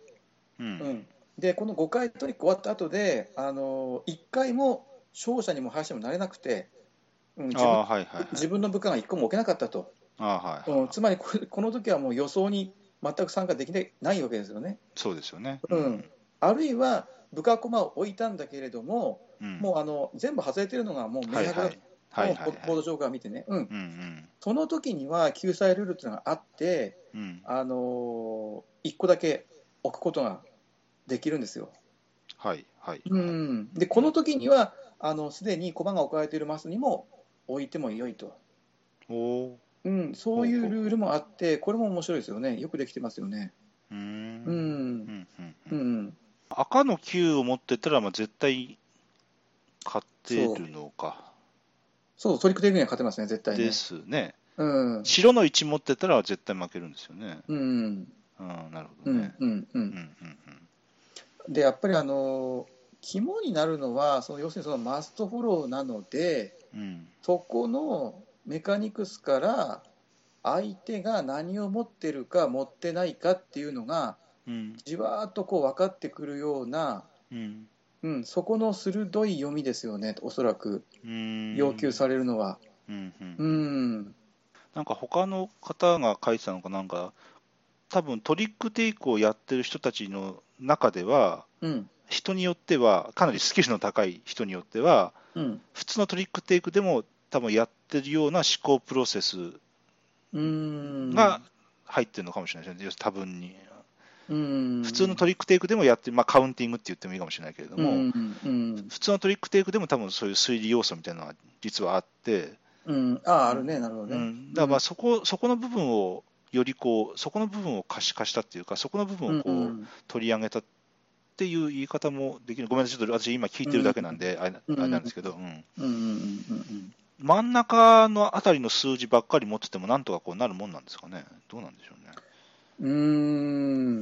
うんうん、でこのごかいトリック終わった後で、あのいっかいも勝者にも敗者にもなれなくて、うん、自分、はいはいはい、自分の部下がいっこも置けなかったと。あ、はいはい、うん、つまりこれこの時はもう予想に全く参加できないわけですよね。 そうですよね、 うんうん、あるいは部下駒を置いたんだけれども、うん、もうあの全部外れてるのがもう明白だ、はいはい、ボード上から見てね、うんうんうん、その時には救済ルールっていうのがあって、うん、あのー、いっこだけ置くことができるんですよ。はいはい、うん、でこの時にはあのすでに駒が置かれているマスにも置いても良いと。お、うん、そういうルールもあって、これも面白いですよね。よくできてますよね。うん、うんうん、赤のきゅうを持ってたら、まあ、絶対勝てるのか。 そう、トリックテイクには勝てますね、絶対ね。 ですね。 うん。 白のいち持ってたら絶対負けるんですよね。 うん。 うん、なるほうん。 どね。 うん。ううん、うん。 ん、 で、やっぱりあの、肝になるのは、その要するにそのマストフォローなので、 うん。うん、 そこのメカニクスから相手が何を持ってるか持ってないかっていうのがうん、 じわーっとこう分かってくるような、 うん。 うん、そこの鋭い読みですよね、おそらくうーん、 要求されるのは。 うん、うん、ううん。 ん、 なんか他の方が書いてたのかなんか、多分トリックテイクをやってる人たちの中では、 うん、 人によっては、かなりスキルの高い人によっては、 うん、 普通のトリックテイクでも多分やってるような思考プロセスうがん、 入ってるのかもしれないですね、要するに多分に。 うん、 普通のトリックテイクでもやってる、まあ、カウンティングって言ってもいいかもしれないけれども、 うん、うん、 普通のトリックテイクでも多分そういう推理要素みたいなのが実はあって、 うん、ああ、あるね、なるほどね。 うん、だからまあうん、 そこ、そこの部分をよりこう、そこの部分を可視化したっていうか、そこの部分うをこうん、 取り上げたっていう言い方もできる。ごめんなさい、ちょっと私今聞いうん、 てるだけなんで、あれあれうん、 なんですけど、うん、 うん、うん、 真ん中のあたりの数字ばっかり持ってても、なんとかこうなるもんなんですかね。どうなんでしょうね。 うん、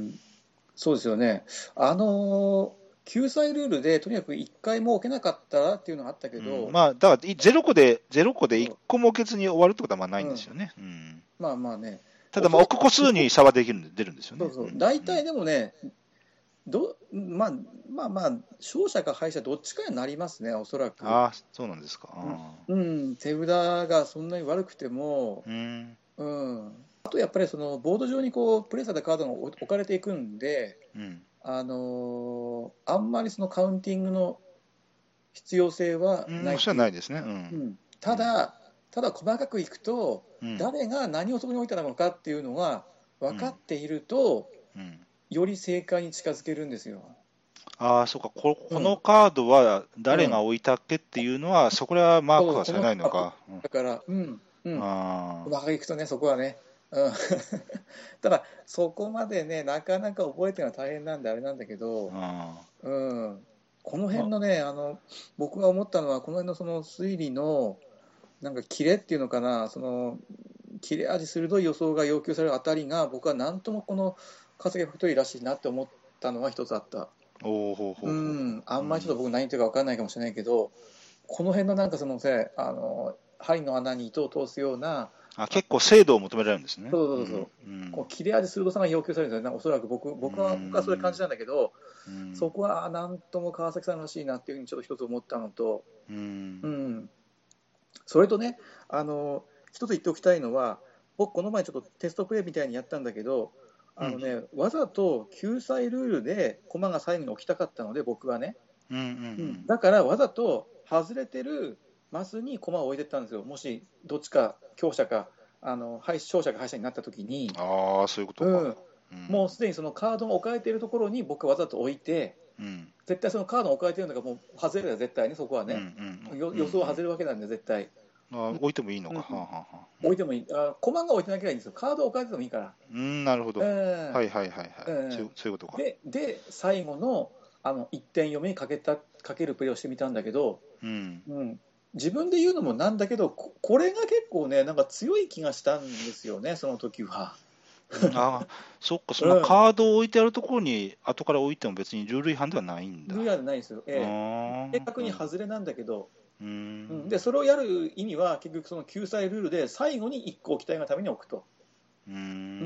うん、そうですよね。あの、救済ルールでとにかくいっかいも置けなかったらっていうのがあったけうん、 ど、 まあ、だから、いゼロ個で、ゼロ個で1 そ個も置けずに終わるってことはまあなう、うん、 いんですよね。うん、 まあまあね、 ただ、まあ、 おそらく置く個数に差はできるんで出るんですよね。 そうそう。 うん、 大体うん、 でもね、ど、まあ、まあまあ、勝者か敗者どっちかになりますね、おそらく。 ああ、そうなんですか。 うん、 あうん、手札がそんなに悪くても、 ーうん、 うん。あとやっぱりそのボード上にこうプレイされたカードが置かれていくんで、 うん、 あのーあんまりそのカウンティングの必要性はうん、それないっていう。 はないですね。うん、 うん。 うん、 ただ、ただ細かくいくと、 うん、 誰が何をそこに置いたのかっていうのが分かうん、 っていると、 うん。 より正解に近づけるんですよ。 ああ、そうか、こ、このうん。 カードはうん。 誰が置いたっけっていうのは、そこらはマーそう、こクはされの人はこないのか。うん、 だから、うん、うん。 あ細かくいくとね、そこはね。うん。ただ、そこまでね、なかなか覚えてるのは大変なんであれなんだけあ、 ど、 ああ、 うん。この辺ま、 のね、あの、僕が思ったのは、この辺のその推理の、なんかキレっていうのかな、その、切れ味鋭い予想が要求されるあたりが、僕はなんともこの稼ぎファクトリーらしいなって思ったのは一つあった。 おお、ほうほううほうほん。あう。うんまりちょっとん。 僕何言ってるか分かんないかもしれないけど、この辺のなんかそのせ、あの、針の穴に糸を通すような、 あ、結構精度を求められるんですね。 そうそうそうそう。 うん、うん、 こう切れ味鋭さが要求されるんですよね。なんかおそらく僕、 う僕は、僕はそれ感じん、 たんだけど、 うん、 そこは、あなんとも川崎さんらしいなっていうふうにちょっと一つ思ったのと、 うん、 うん。それとね、あの、一つ言っておきたいのは、僕この前ちょっとテストプレイみたいにやったんだけど、 うん、 あのね、わざと救済ルールで駒が最後に置きたかったので、僕はね。 うん、ううん。 ん。 だからわざと外れてるマスに駒を置いてったんですよ。もしどっちか強者か、あの、敗勝者か敗者になった時に、 ああ、そういうことか。 うん。 うん、 もうすでにそのカードが置かれているところに僕はわざと置いて、 うん、 絶対そのカードが置かれているのがもう外れるよ、絶対ね、そこはうん、うね。 ん、 ようん、う予想は外れん。 るわけなんで、絶対。 あ、置いてもいいのか。はあ、 うん。 はあ、はあ。 置いてもいい。あ、駒が置いてなきゃいいんですよ。カードを置かれててもいいから。 うん、なるほど。 うんはいはいはいはい。そういう、 うん。 そういうことか。 で、で、最後の、あの、一点読みにかけた、かけるプレイをしてみたんだけど、 うん。 うん。自分で言うのもなんだけど、こ、これが結構ね、なんか強い気がしたんですよね、その時は。 うん、ああ、そっか、そのうん。 カードを置いてあるところに後から置いても別にルール違反ではないんだ。 ルールはないですよ。 あええ。正あ、 確にうん。 外れなんだけど、 うーうん。で、 ん。 それをやる意味は、結局その救済ルールで最後にいっこ置きたいがために置くと。 うーうん。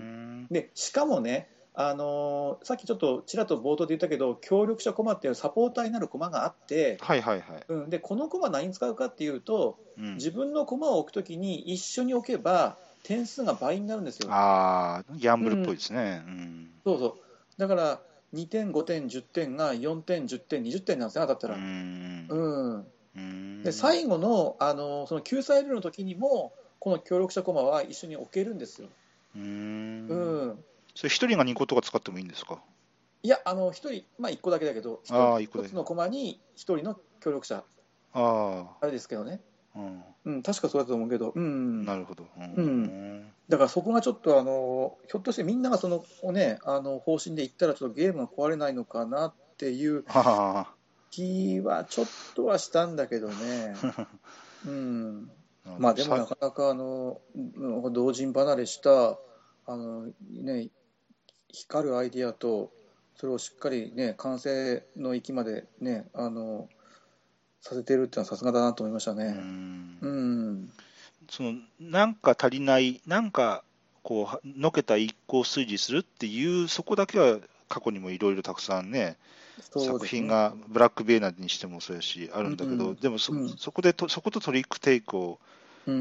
ん。 で、しかもね、あのーさっきちょっとちらっと冒頭で言ったけど、協力者コマっていうサポーターになるコマがあって、 はいはいはい。 うん、で、このコマ何に使うかっていうと、 うん。 自分のコマを置くときに一緒に置けば点数が倍になるんですよ。 ああ、ギャンブルっぽいうん、 ですね。うん。 そうそう。だから、にてん、ごてん、じゅってんがよんてん、じゅってん、にじゅってんなんですね、当たったうーら。 ん。 うん。 うーで、 ん。 最後の、あの、その救済ルールの時にも、この協力者コマは一緒に置けるんですよ。 うーうん。 ん。 それ一人がにことか使ってもいいんですか？ いや、あの、一人、まあ一個だけだけど、一ああ、いっこだけ。 一つのコマに一人の協力者、 ああれですけどね。 あ、うん。 うん、確かそうだと思うけど、うん、 なるほど。うーうん。 ん。 だからそこがちょっとあの、ひょっとしてみんながそのね、あの方針で言ったらちょっとゲームが壊れないのかなっていうははは。 気はちょっとはしたんだけどね。 うんあのまあでもなさかなかあのうん同人離れしたあの、ね、光るアイディアとそれをしっかり、ね、完成の域まで、ね、あのさせてるっていうのはさすがだなと思いましたうーね。 んうん、 そのなんか足りない、なんかこうはのけた一個を推理するっていう、そこだけは過去にもいろいろたくさんね、作そうですね。 品がブラックベイナーにしてもそうやし、あるんだけど、 うん、 でもそ、 うん、 そこでと、そことトリックテイクをうん、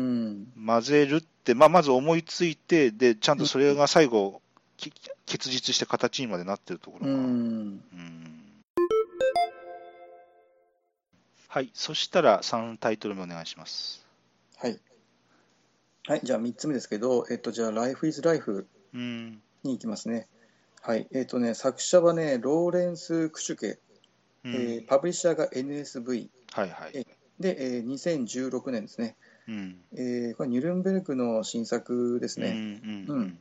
混ぜるって、まあ、まず思いついて、で、ちゃんうん、 とそれが最後、き結実して形にまでなってるところうが、 ん。 うん。はい、そしたらさんタイトル目お願いします。 はい。はい、じゃあみっつめですけど、えっと、じゃあ、Life is Life うん、 に行きますね。はい。えっとね、作者はね、ローレンス・クシュケ、 うん、 えーパブリッシャーが エヌエスブイ、 はいはい。 えで、えーにせんじゅうろくねんですね。 うん、 えーこれニュルンベルクの新作ですうん、うね。うん。 ん、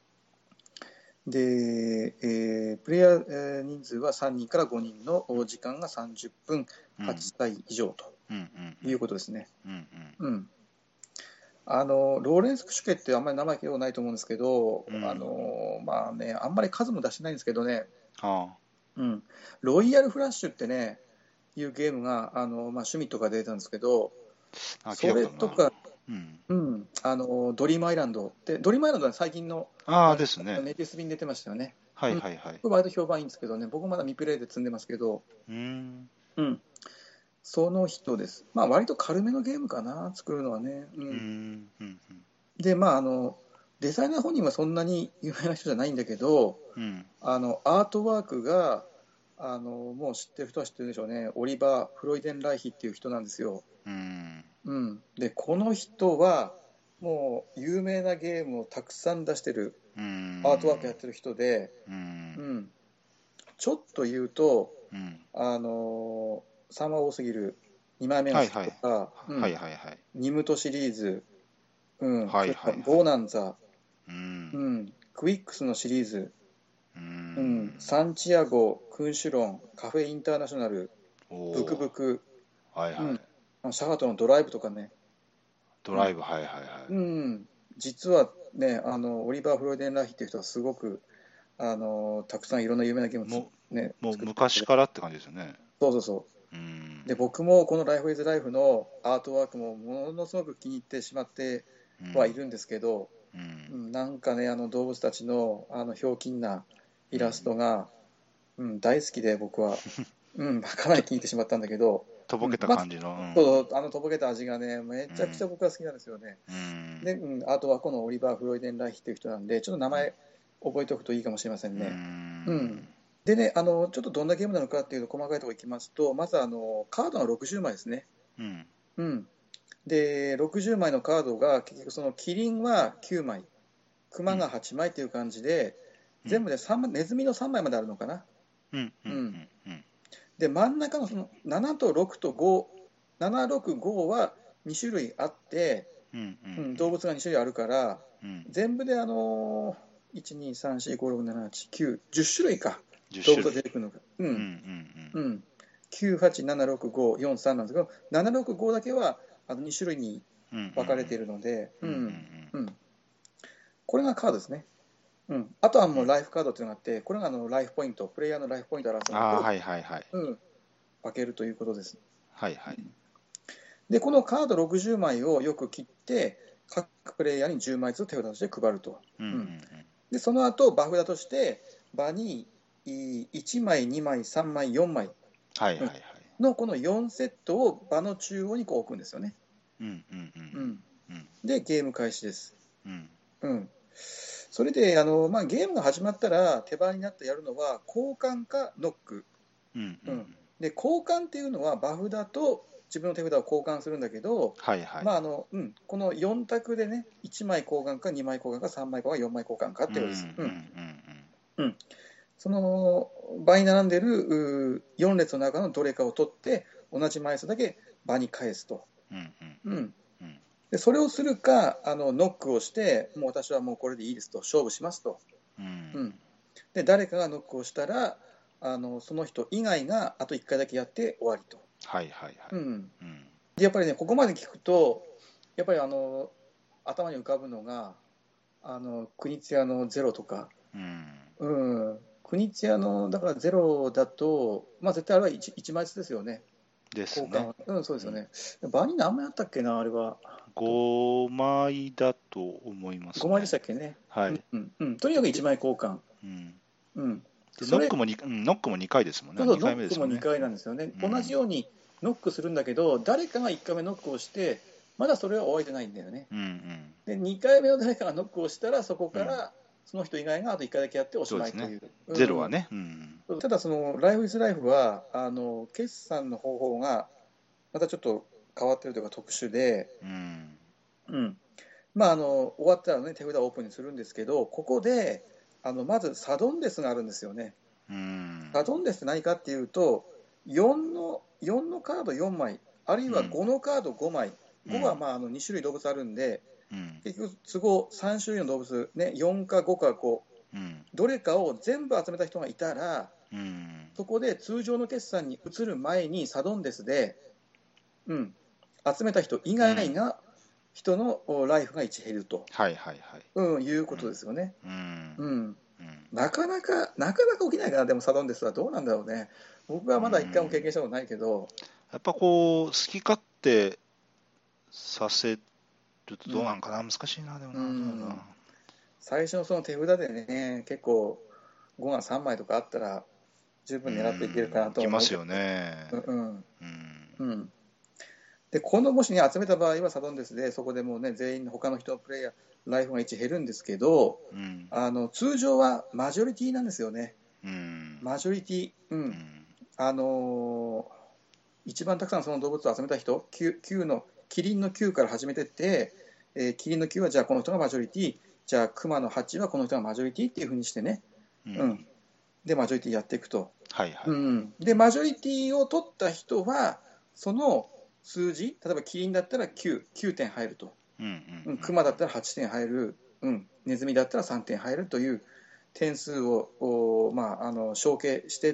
で、えープレイヤーえー人数はさんにんからごにんの時間がさんじゅっぷん、 うん、うん、 はっさい以上とうん、うん、 いうことですね。 うん、うん、 うん。あの、ローレンス・クシュケってあんまり名前聞いたことないと思うんですけど、あうん、 の、まあね、あんまり数も出してないんですけどね、 あうん。ロイヤルフラッシュってね、いうゲームが、あの、まあ、趣味とか出たんですけど、 あ、あ、聞いそたことあるな。 れとか、 うん。 うん、あの、ドリームアイランドで、ドリームアイランドは最近の、 あああですね。 のネイティス便に出てましたよね。 はいうん。 はいはい。 これ割と評判いいんですけどね、僕まだ未プレイで積んでますけど、 うーん、 うん。その人です。まあ、割と軽めのゲームかな、作るのはね。ううーん。 ん、うん、 で、まあ、あの、デザイナー本人はそんなに有名な人じゃないんだけど、 うん、 あの、アートワークが、あの、もう知ってる人は知ってるでしょうね。オリバー・フロイデンライヒっていう人なんですよ。 うん、 うん。で、この人は、もう有名なゲームをたくさん出してる、 うーアートワークん、 やってる人で、 うん、 うん。ちょっと言うと、 うん。 あのー、さんは多すぎる、にまいめの月はいはい。 とか、うはいん。 はいはい。 ニムトシリーズ、うん。 はいそれからはいはい。 ボーナンザ、 うん、 うん。クイックスのシリーズ、 うーうん。 ん。 サンチアゴ、クンシュロン、カフェインターナショナル、 おブクおブク、 ー、はいはい。 うん。あのシャハトのドライブとかね、うん。 ドライブ、はいはいはい。 うん。実はね、あの、オリバー・フロイデンラヒっていう人はすごく、あの、たくさんいろんな有名なゲームをつ、 もね、 う、もう作ってる人で、 昔からって感じですよね。 そうそうそう。 うーん、 で、僕もこの Life is Life のアートワークもものすごく気に入ってしまってうん、 はいるんですけど、 うん、 うん、なんかね、あの動物たちのあのひょうきんなイラスうん。 トが、うん、大好きで僕は、うん、かなと、 り気に入ってしまったんだけど、 とぼけうん、まず、 た感じの、うん、 そうあのとぼけた味がね、めちゃくちゃうん、 僕は好きなんですよね。 うん、 で、うん、あとはこのオリバー・フロイデンライヒっていう人なんで、ちょっと名うん、 前覚えておくといいかもしれませんうね。うん、 ん。でね、あの、ちょっとどんなゲームなのかっていうと細かいところいきますと、まずあの、カードがろくじゅうまいですね。 うん、 うん。で、ろくじゅうまいのカードが結局そのキリンはきゅうまい、クマがはちまいっていう感じで、 うん、 全部でさんまい、ネズミのさんまいまであるのかな。 うん、うん、 うん。 うん、 で、真ん中のそのななとろくとご、なな、ろく、ごはに種類あって、 うん、うん、 うん、動物がに種類あるから、 うん、 全部であのー、いち、に、さん、よん、ご、ろく、なな、はち、きゅう、じゅっ種類か。動物がじゅっ種類。 出てくるのが。ううん、うん。 ん、 うん。きゅう、はち、なな、ろく、ご、よん、さんなんですけど、なな、ろく、ごだけはあのに種類にうん、うん、うん、 分かれているので、 うん、うん、ううん。 ん、 うん。これがカードですね。うん。あとはうん。 もうライフカードっていうのがあって、これがあのライフポイント、プレイヤーのライフポイントを表すので、こああ、 れを、 はいはいはい。 うん、分けるということです。 はいはい。 で、このカードろくじゅうまいをよく切って、各プレイヤーにじゅうまいずつ手札として配ると。 うん、うん、 うん。 うん。 で、その後、バフ札として、場にいちまい、にまい、さんまい、よんまいはいはいはい。 のこのよんセットを場の中央にこう置くんですよね。 うん、うん、うん、 うん。 うん、 で、ゲーム開始です。 うん、 うん。それで、あの、まあ、ゲームが始まったら、手番になってやるのは、交換かノック。 うん、うん、うん。 うん。で、交換っていうのは、バフだと自分の手札を交換するんだけど、 はいはい。 まあ、あの、うん、このよん択でね、いちまい交換かにまい交換かさんまい交換かよんまい交換かっうん、うん、うてことです。うん。 ん、 うん。その場に並んでるよん列の中のどれかを取って、同じ枚数だけ場に返すと。 うん、うん、 うん。 うん、 で、それをするか、あの、ノックをして、もう私はもうこれでいいですと、勝負しますと。 うん。 うん。で、誰かがノックをしたら、あの、その人以外があといっかいだけやって終わりと。 はいはいはい。 うん。 うん、 でやっぱりね、ここまで聞くと、やっぱりあの頭に浮かぶのが、あの国津屋のゼロとか、 うんうん、国津屋のだからゼロだと、まあ、絶対あれは 1, 一枚ずつですよね、 ですね。 交換は。うん、そうですよね。場に何枚あったっけな、あれは。 ごまいだと思いますごまいでね。 したっけね。 はい。 うんうんうん、とにかくいちまい交換。 うん、 うん、 でそれ、 ノックもに、うん、ノックもにかいですもんね。 そうそう、 にかノックもいめですもんね。 にかいなんですよね。 うん、 同じようにノックするんだけど、誰かがいっかいめノックをして、まだそれは終わりじゃないんだよね。 うんうんで、にかいめの誰かがノックをしたら、そこうん、 からその人以外があといっかいだけやっておしそうですね。 まいという。うん、 ゼロはね。うん、 ただ、そのライフイズライフは、あの決算の方法がまたちょっと変わってるというか特殊で、 うん、 うんまあ、あの終わったら、ね、手札をオープンにするんですけど、ここであのまずサドンデスがあるんですよね。 うん、 サドンデスって何かっていうと、よんの、よんのカードよんまい、あるいはうん、 ごのカードごまい、ごはうん、 まああのに種類動物あるんで、 うん、 結局都合さん種類の動物、ね、よんかごかご、 うん、 どれかを全部集めた人がいたら、 うん、 そこで通常の決算に移る前にサドンデスで、うん、集めた人以うん、 外が人のライフがいち減ると、 はいはいはい。 うん、いうこうん、 とですよね。 うん、 うん、 うん、 なかなか、なかなか起きないかな、でもサドンデスはどうなんだろうね。僕はうまだ一回も経ん。 験したことないけど、 やっぱこう、好き勝手させるとうん、 どうなんかな、難しいな、でもうな、どうなんだな。 ん、最初のその手札でね、結構ごがさんまいとかあったら、十う分狙っていけるかなん、 ときますよ思うけどね。 ね。 うんうん、 うんうんで、このもしね、集めた場合はサドンデスで、そこでもうね、全員の他の人のプレイヤー、ライフがいち減るんですけど、 うん、 あの通常はマジョリティなんですよね。 うん、 マジョリティ、うん、 うん、 あのー一番たくさんその動物を集めた人、きゅう, のキリンのきゅうから始めてって、えー、キリンのきゅうはじゃあこの人がマジョリティ、じゃあクマのはちはこの人がマジョリティっていうふうにしてね、 うん、 うん、でマジョリティやっていくと、 はいはい。 うん、でマジョリティを取った人はその数字、例えばキリンだったらきゅう、きゅうてん入ると、 うん、うん、 うん、クマだったらはちてん入る、うん、ネズミだったらさんてん入るという点数を、まあ、あの承継してって、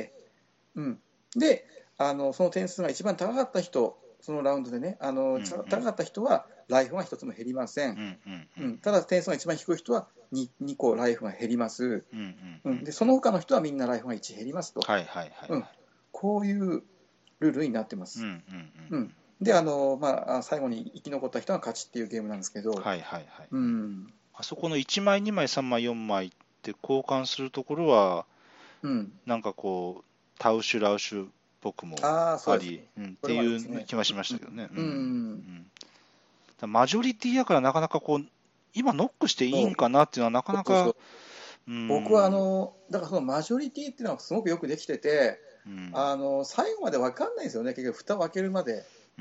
うん、であのその点数が一番高かった人、そのラウンドでね、あのうん、うん、 高かった人はライフが一つも減りません、 うん、うん、うん、 うん、ただ点数が一番低い人は 2, 2個ライフが減ります、 うん、うん、 うん、でその他の人はみんなライフがいち減りますと、 はいはいはい。 うん、こういうルールになってまうん、うん、 す。 うん、 うん、であの、まあ、最後に生き残った人が勝ちっていうゲームなんですけど、 はいはいはい。 うん、 あそこのいちまい、にまい、さんまい、よんまいって交換するところは、 うん、 なんかこう、タウシュラウシュっぽくもああ、そうですね。 あり、うん、っそれていもありますね。 う気はしましたけどね。うん。 うん、うん、 うんだマジョリティやからなかなかこう、今ノックしていいんそうかなっていうのはなかなか、 そうそう。 う僕はあん、 の、だからそのマジョリティっていうのはすごくよくできてて、 うん、 あの最後まで分かんないですよね、結局、蓋を開けるまで。 うん、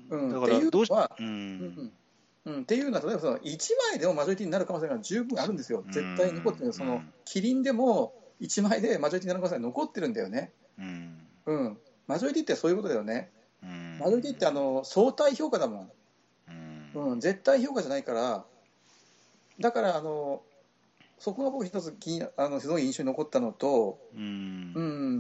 うん、 だっていうからどうし、 のは、 ううんん、 うんうん、っていうのは、例えばそのいちまいでもマジョリティになる可能性が十分あるんですよ、 う絶対に残ってる、 ん、うそのん、 キリンでもいちまいでマジョリティになる可能性が残ってるんだよね。 うん、 うん、マジョリティってそういうことだよね。 うん、 マジョリティってあの相対評価だもん、 うん、 うん、絶対評価じゃないから、だからあのそこが僕一つ気にあのすごい印象に残ったのと、 うん、 うん、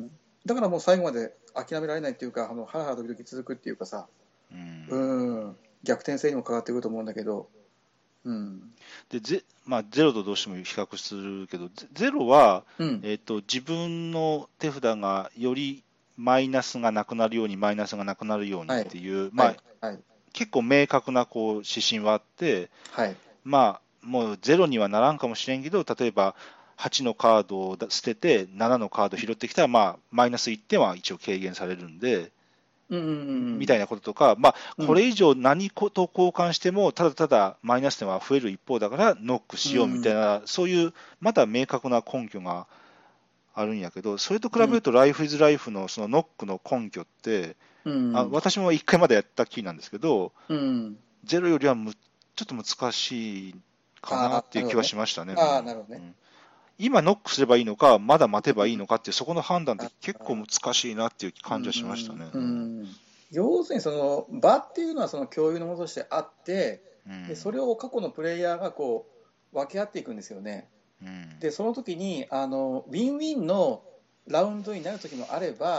だからもう最後まで諦められないっていうか、あのハラハラドキドキ続くっていうかさ、 うんうん、逆転性にも関わってくると思うんだけど、うん、 でゼ、まあ、ゼロとどうしても比較するけど、ゼゼロは、 うん、 えっと、自分の手札がよりマイナスがなくなるように、マイナスがなくなるようにっはい、 ていう、まあ、 はい、はい、 結構明確なこう指針はあって、 はい、 まあ、もうゼロにはならんかもしれんけど、例えばはちのカードを捨ててななのカード拾ってきたら、まあ、マイナスいってんは一応軽減されるんで、 うん、うん、 みたいなこととか、まあ、 うん、 これ以上何と交換しても、ただただマイナス点は増える一方だから、ノックしようみたいな、そういうまだ明確な根拠があるんやけど、それと比べると、ライフイズライフのそのノックの根拠って、 うん、 あ私もいっかいまでやったきりなんですけど、 うん、 ゼロよりはむちょっと難しいかなああ、 っていう気はなるほどね。 しましたね。うああ、なるほどね。 んうん今、ノックすればいいのか、まだ待てばいいのかっていう、そこの判断ってあ結構難しいなっていう感じはしましたね。 うん、要するにその場っていうのはその共有のものとしてあって、 うんでそれを過去のプレイヤーがこう分け合っていくんですよね。 うんでその時にあのウィンウィンのラウンドになる時もあれば、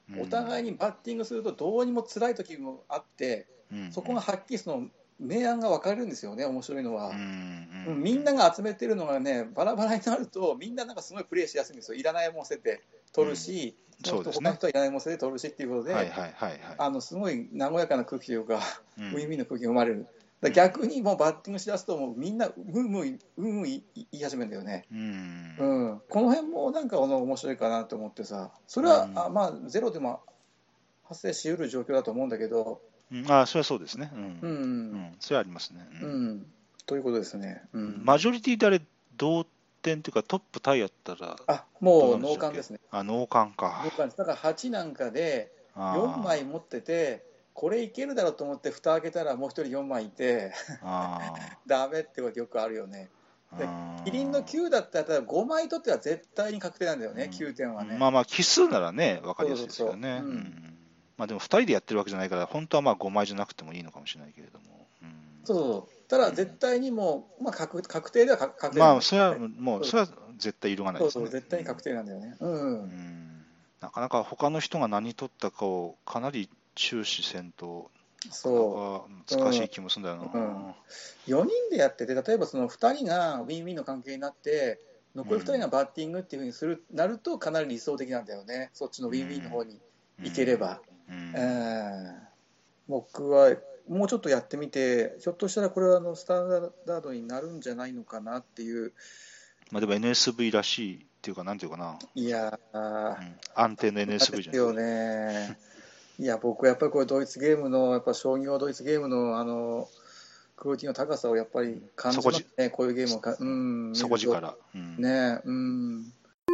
お互いにバッティングするとどうにも辛い時もあって、 うんそこがはっきりその明暗が分かれるんですよね、面白いのは。 うんうんうんみんなが集めてるのがね、バラバラになると、みんななんかすごいプレーしやすいんですよ。いらないもん捨てて取るし、その人、 そうですね他の人はいらないもん捨てて取るしっていうことで、 はいはいはいはいあのすごい和やかな空気というか、 うんウィンウィンの空気が生まれる。だ逆にもうバッティングしだすと、もうみんな、うんうん、うんうん言い始めるんだよね。 うんうん、この辺もなんかあの面白いかなと思ってさ、それは、 うんあまあ、ゼロでも発生しうる状況だと思うんだけど、 うんああそれはそうですねうん、 うん、 うん、それはありますね、 ううんん、ということですね。うん、 マジョリティであれ同点っていうかトップタイやったらあ、 どうもうなんでしたっけ？ 脳幹ですね。 あ脳幹か脳幹です。だからはちなんかでよんまいあ持ってて、これいけるだろうと思って蓋開けたらもう一人よんまいいて、 ああダメってことよくあるよね。で、 あキリンのきゅうだったらごまい取っては絶対に確定なんだよね、きゅうてんはね。 うんまあまあ奇数ならね分かりやすいですけどそうそうそう。 ね、ううん。 んまあ、でもふたりでやってるわけじゃないから本当はまあごまいじゃなくてもいいのかもしれないけれども、うんそうそうそう。ただ絶対にもう、まあ、確確定では確確定なんだよまあそれはね。 もうそれは絶対揺るがないそうそう、 ですね。 絶対に確定なんだよね。うん。 うんうんなかなか他の人が何取ったかをかなり注視せんとなかなそかう。 難うん。 しい気もするんだよな。 うん。よにんでやってて、例えばそのふたりがウィンウィンの関係になって、残りふたりがバッティングっていうふうにする、なるとかなり理想的なんだよね。そっちのウィンウィンの方に行ければ。 うんうんえー僕はもうちょっとやってみて、ひょっとしたらこれはあのスタンダードになるんじゃないのかなっていう。 まあでも エヌエスブイ らしいっていうか、なんていうかな、 いやー、 うん、安定のそうなんでエヌエスブイ じゃないすよね。いや、僕はやっぱりこれドイツゲームの、やっぱ商業ドイツゲームのあの、クオリティの高さをやっぱり感じそこじ、 ますね。こういうゲームをか、うん、見ると。 底力、うん。 ね、うん。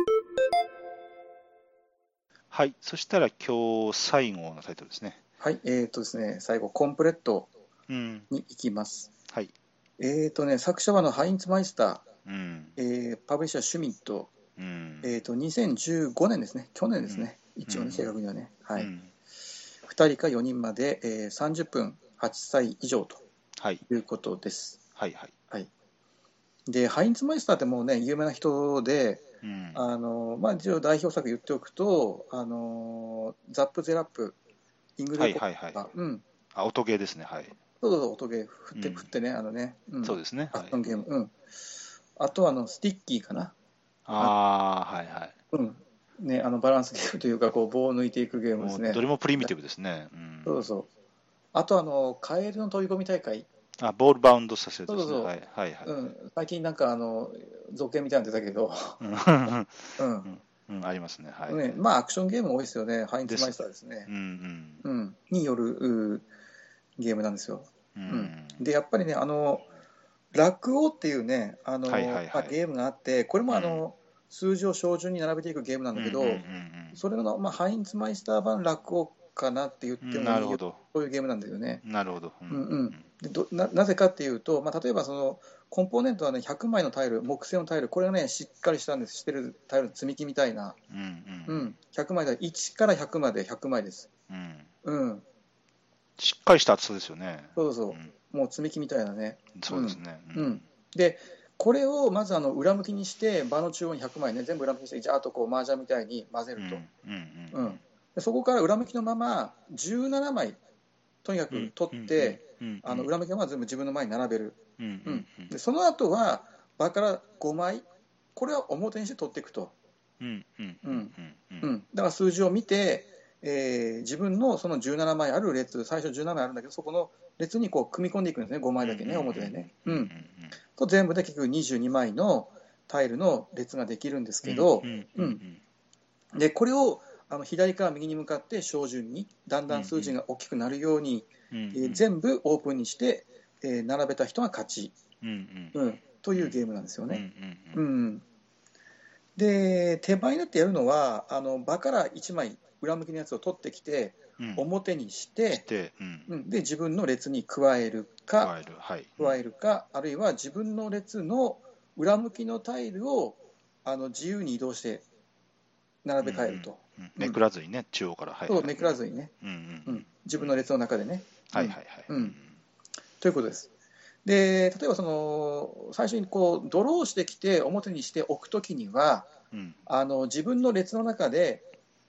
はい、そしたら今日最後のタイトルですね。 はい、えーとですね、最後、コンプレットうん、 に行きます。 はい、 えーとね、作者はあのハインツ・マイスタうん、 ー、えーパブリッシャー、シュミット、 うん、 えーと、にせんじゅうごねんですね、去年ですね、 うん、 一応ね、正確にはね。はい。 うん、 ふたりかよにんまで、えーさんじゅっぷん、はっさい以上とはい、 いうことです。 はい、はい、 はい。で、ハインツ・マイスターってもうね、有名な人で、 うん、 あの、まあ、一応代表作言っておくと、あの、ザップ・ゼラップ、イングルはい、 ーポはい、はい。 とか、うん、 あ、音ゲーですね、はい。 そうそうそう、音ゲー振って、 うん、 振ってね、あのね、うん、 そうですね、 アはい。 クションゲーム、うん。あとはあの、スティッキーかな。あ、 ああ、はい、はい。 うん。ね、あの、バランスゲームというか、こう、棒を抜いていくゲームでもうすね。 どれもプリミティブですね。うん、 そうそう。あとあの、カエルの飛び込み大会。 あ、ボールバウンドさせるやつですね。 そうそうそはい、はい、はい。 う。うん。最近なんかあの、続編みたいなの出たけど、 うん、 うん。 うんうん、ありますね。はい。 ね、まあ、アクションゲーム多いですよね。ハインツマイです。 スターですね。 うんうんうん。によるうゲームなんですよ。 ううん。 ん。 で、やっぱりね、あの、ラクオっていうね、あはいはの、まあ、 いはい。 ゲームがあって、これもあうんの、数字を照準に並べていくゲームなんうんうんだけど、それの、まあ、ハインツマイスター版ラクオかなって言っうんうん。 てもいいよ。 なるほど。 そういうゲームなんだよね。 なるほど。うんうんうんうん。でどな、なぜかっていうと、まあ、例えばその、コンポーネントはね、ひゃくまいのタイル、木製のタイル、これがね、しっかりしたんです。してるタイルの積み木みたいな。 うんうんうん。ひゃくまいだ。いちからひゃくまでひゃくまいです。 うんうん。 うん。 しっかりした厚さですよね。 そうそうんう。もう積み木みたいなね。うん。 そうですね。ううん。で、これをまずあの裏向きにして、場の中央にひゃくまいね、全部裏向きにして、じゃあとこう、麻雀みたいに混ぜうんると。 うんうんうん。でそこから裏向きのまま、じゅうななまい、とにかうんく取うんって、 うんうんあの裏向きのまま全部自分の前に並べる。 うんううん。 んで、その後は、場からごまい、これは表にして取っていくと。 うんうんうんうん。 うんうん。だから数字を見て、えー自分のそのじゅうななまいある列、最初じゅうななまいあるんだけど、そこの列にこう組み込んでいくんですね、ごまいだけね、表でね。 うんうんうん。と全部で結局にじゅうにまいのタイルの列ができるんですうんけど、 うんううん。で、これをあの左から右に向かって照準に、だんだん数字が大きくなるように、 うんうんえー全部オープンにして、えー並べた人が勝ち、 うんうん、というゲームなんですようんね。 ううんん。で、手前になってやるのは、あの場からいちまい裏向きのやつを取ってきて、 うん表にし、 しててうんうん、で、自分の列に加えるか、 加えるはい加えるか、あるいは自分の列の裏向きのタイルをあの自由に移動して並べ替えると。 うんめくらずにね中央からはいそう、めくらずにね、 うんううんん、自分の列の中でね。 はいはいはいうんということです。で、例えばその最初にこうドローしてきて表にしておくときには、 うんあの自分の列の中で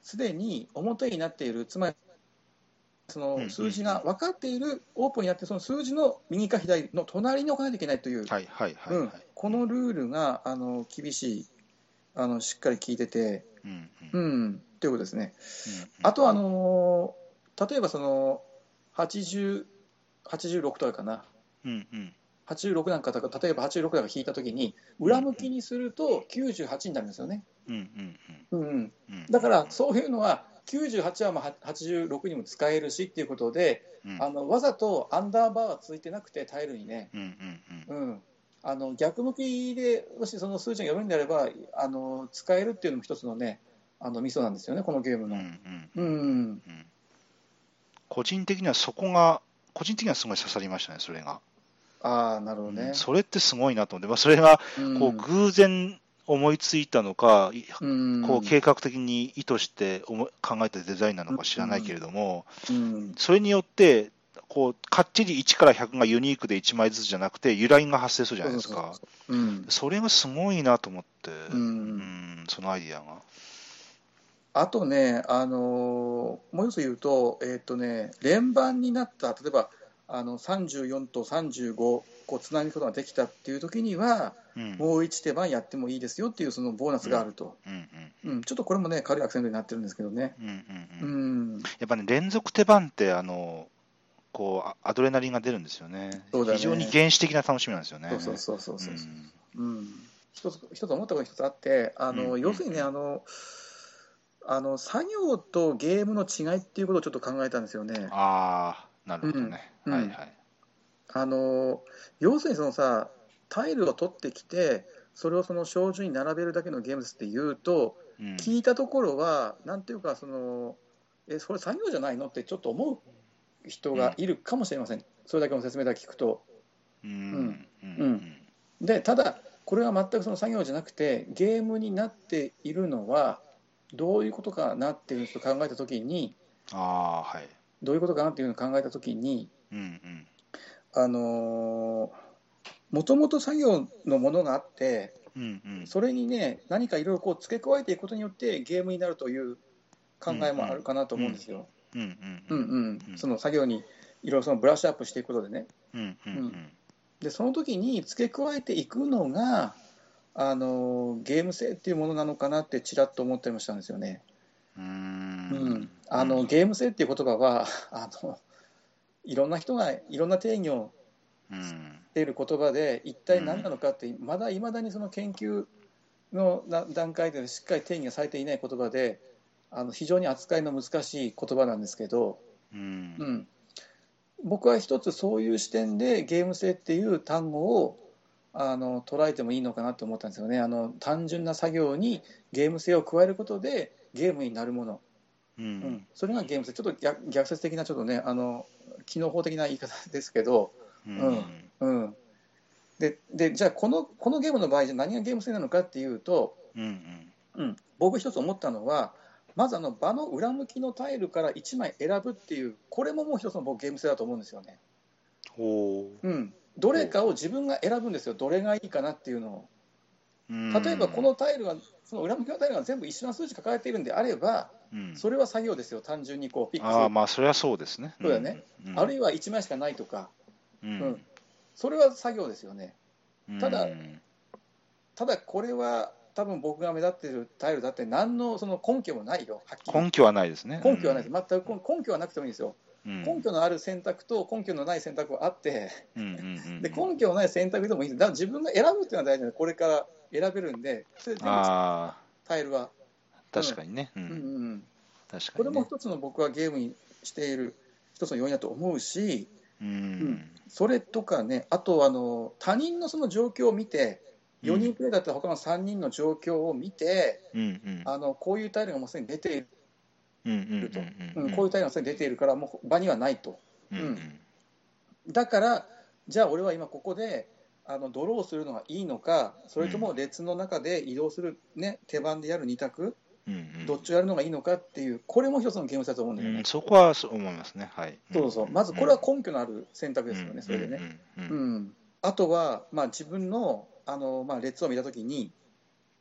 すでに表になっている、つまりその数字が分かっている、オープンになって、その数字の右か左の隣に置かないといけないという、 はいはいはい、はい、 うん、このルールがあの厳しい、あのしっかり聞いてて、 うんううんん、ということですね。 うんうん、 あとはあの例えばそのはちじゅう、はちじゅうろくとかかな、 うんうんはちじゅうろくなんかとか、例えばはちじゅうろくなんか引いたときに、裏向きにするときゅうじゅうはちになるんですよね。 うんうんうんうん、 うんだからそういうのはきゅうじゅうはちはまあはちじゅうろくにも使えるしっていうことで、 うんあのわざとアンダーバーはついてなくてタイルにね、 うんうんうん、あの逆向きでもしその数字が読めるんであれば、あの使えるっていうのも一つのね、あのミソなんですよね、このゲームの。 うんうんううんん、 個人的にはそこが個人的にはすごい刺さりましたね、それが。 ああ、なるほうん、 どね。 それってすごいなと思って、まあ、それがこううん偶然思いついたのか、いこううん計画的に意図して思い考えたデザインなのか知らないけれども、それによってこうかっちりいちからひゃくがユニークでいちまいずつじゃなくて由来が発生するじゃないですか。 うん、 それがすごいなと思って、 ううんん、そのアイディアが。 あとね、あのーもう一つ言うと、えっとね、連番になった、例えばあのさんじゅうよんとさんじゅうご、こうつなぐことができたっていう時には、 うんもういち手番やってもいいですよっていうそのボーナスがあると、 うんうんうん、ちょっとこれもね、軽いアクセントになってるんですけどね。 うんうんううんん、 やっぱね、連続手番ってあのこうあアドレナリンが出るんですよね。 そうだ非常にね。 原始的な楽しみなんですよね。 そうそうそうそううそうそんう。うん、一つ一つ思ったことが一つあって、あうんうんの要するにね、あのあの作業とゲームの違いっていうことをちょっと考えたんですよね。 ああ、なるうん、 ほどね。 うん。 はいはい。 あの要するにそのさ、タイルを取ってきてそれをその照準に並べるだけのゲームですって言うと、 うん聞いたところはなんていうか、そのえそれ作業じゃないのってちょっと思う人うんがいるかもしれません、それだけの説明だけ聞くと。 ううんんうんうん、でただこれは全くその作業じゃなくてゲームになっているのはどういうことかなっていうのを考えたときに、 ああ、はい。 どういうことかなっていうのを考えたときに、 うんうんあのもともと作業のものがあって、 うんうんそれにね何かいろいろこう付け加えていくことによってゲームになるという考えもあるかなと思うんですよ。 うんうんうんうん、 うんその作業にいろいろそのブラッシュアップしていくことでね。 うんうんううん、 んでその時に付け加えていくのがあのゲーム性っていうものなのかなってちらっと思ったりもしたんですよね。 うーうん、 んあのゲーム性っていう言葉はあのいろんな人がいろんな定義をうんしている言葉で一体何なのかってまだいまだにその研究の段階でしっかり定義がされていない言葉で、あの非常に扱いの難しい言葉なんですけど、 うんうん、僕は一つそういう視点でゲーム性っていう単語をあの捉えてもいいのかなと思ったんですよね。あの単純な作業にゲーム性を加えることでゲームになるもの、 ううんん、それがゲーム性。ちょっと逆逆説的なちょっとね、あの機能法的な言い方ですけど、 ううんんうんででじゃあこのこのゲームの場合じゃ何がゲーム性なのかっていうと、 うんうん、僕一つ思ったのは、まずあの場の裏向きのタイルからいちまい選ぶっていう、これももう一つの僕ゲーム性だと思うんですよね。 ほうん、どれかを自分が選ぶんですよ、どれがいいかなっていうのを。 ううん例えばこのタイルが、その裏向きのタイルが全部一緒な数字抱えているんであれば、 うんそれは作業ですよ、単純にこうピックすあある。 まあそれはそうですね。 そうだよね、 うんあるいはいちまいしかないとか、 ううんん、それは作業ですよね。 うんただただこれは多分僕が目立っているタイルだって何のその根拠もないよ、はっきり。 根拠はないですね。 根拠はないです、全く根拠はなくてもいいんですよ。 うん根拠のある選択と根拠のない選択はあって、 うんうんうんで根拠のない選択でもいいんです。だから自分が選ぶっていうのは大事なので、これから選べるんで、それで全部ああタイルは、 確かにね。ううんうんんうん、 確かこれもにね。 一つの僕はゲームにしている一つの要因だと思うし、 ううんんそれとかね、あとあの他人のその状況を見て、よにんプレイだったら他のさんにんの状況を見て、 うんうんあのこういうタイルがもうすでに出ているうんうんと、 うんうんこういうタイルがすでに出ているからもう場にはないと、 うんうんだからじゃあ俺は今ここであのドローするのがいいのか、それとも列の中で移動する、ね、手番でやるに択、 うんうんどっちをやるのがいいのかっていう、これも一つのゲームだと思うんだよね。 うんそこはそう思いますね。はい。 そうそう、まずこれは根拠のある選択ですよね、それでね。 うんうんうん、あとは、まあ、自分の、あの、まあ、列を見たときに、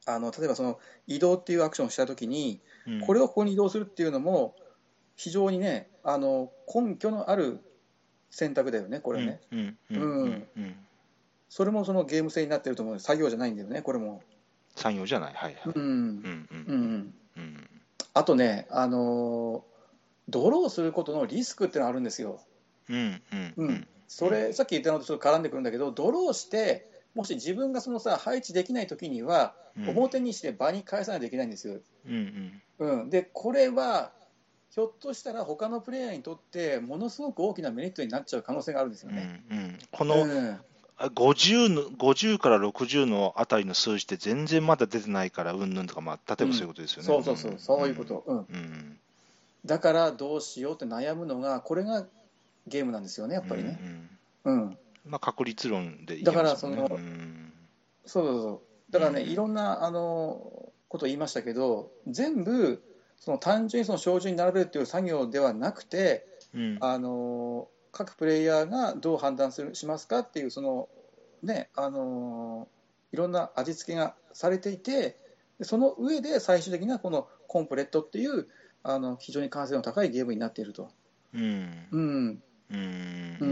あの例えばその移動っていうアクションをしたときに、 うんこれをここに移動するっていうのも非常にね、あの根拠のある選択だよね、これね。 うんうんうんううんんうん。 それもそのゲーム性になってると思う。作業じゃないんだよね、これも。 産業じゃない、はいはい。 うん。 うんうんうん。 うんあとね、あのードローすることのリスクってのがあるんですよ。 うんうんうんうん。 うんそれ、さっき言ったのとちょっと絡んでくるんだけど、ドローして、もし自分がそのさ、配置できないときには、 うん表にして場に返さないといけないんですよ。 うんうん。で、これは、ひょっとしたら他のプレイヤーにとってものすごく大きなメリットになっちゃう可能性があるんですようんうね。 ん。このうん。 ごじゅうの、ごじゅうからろくじゅうのあたりの数字って全然まだ出てないから、うんぬんとか、まあ、例えばそういううん。 ことですよね。 そうそうそう、そういうこと。うん。 うんうんだからどうしようって悩むのが、これがゲームなんですよね、やっうんうぱりね。 ん。 うん。 まあ、確率論でいだけますもんね。 からその、 うんそうそうそう。 うだからね、いろんんな、あの、こと言いましたけど、全部、その単純にその照準に並べるっていう作業ではなくて、 うんあの、各プレイヤーがどう判断する、しますかっていう、その、ね、あの、いろんな味付けがされていて、でその上で最終的なこのコンプレットっていう、あの、非常に完成度の高いゲームになっていると。 うんうん、 うんうんうん、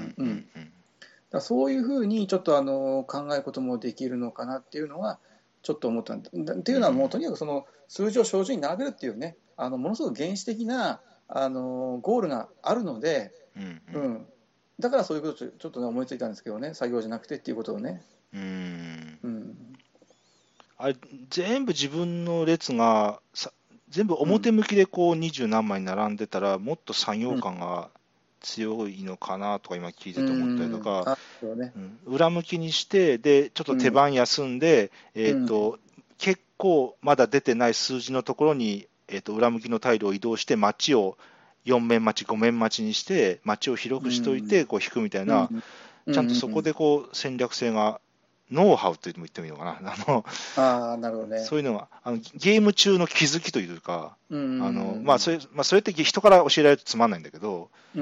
うん。だそういうふうにちょっとあの考えることもできるのかなっていうのはちょっと思ったんだ。っていうのはもうとにかくその数字を照準に並べるっていうね、あのものすごく原始的なあのゴールがあるので、 うんうん、だからそういうことをちょっと、ね、思いついたんですけどね、作業じゃなくてっていうことをね。 うんうんうん、 あれ全部自分の列がさ全部うん、 表向きでこう二十何枚並んでたらもっと作業うん、 感が強いのかなとか今聞いてうて思ったりとん、 か、 あ、そうね、 うん、裏向きにしてでちょっと手うん、 番休んで、えうん、 ーと結構まだ出てない数字のところに、えーと裏向きのタイルを移動して街をよん面待ちご面待ちにして街を広うくしといてん、 こう引くみたいうん、 な、 うん、 ちゃんとそこでこう戦略性がノウハウと言ってもいいのかな、あのああ、なるほどね。 そういうのがあのゲーム中の気づきというか、 うあのまあ、そん、 れまあ、それって人から教えられるとつまんないんだけど、 うん、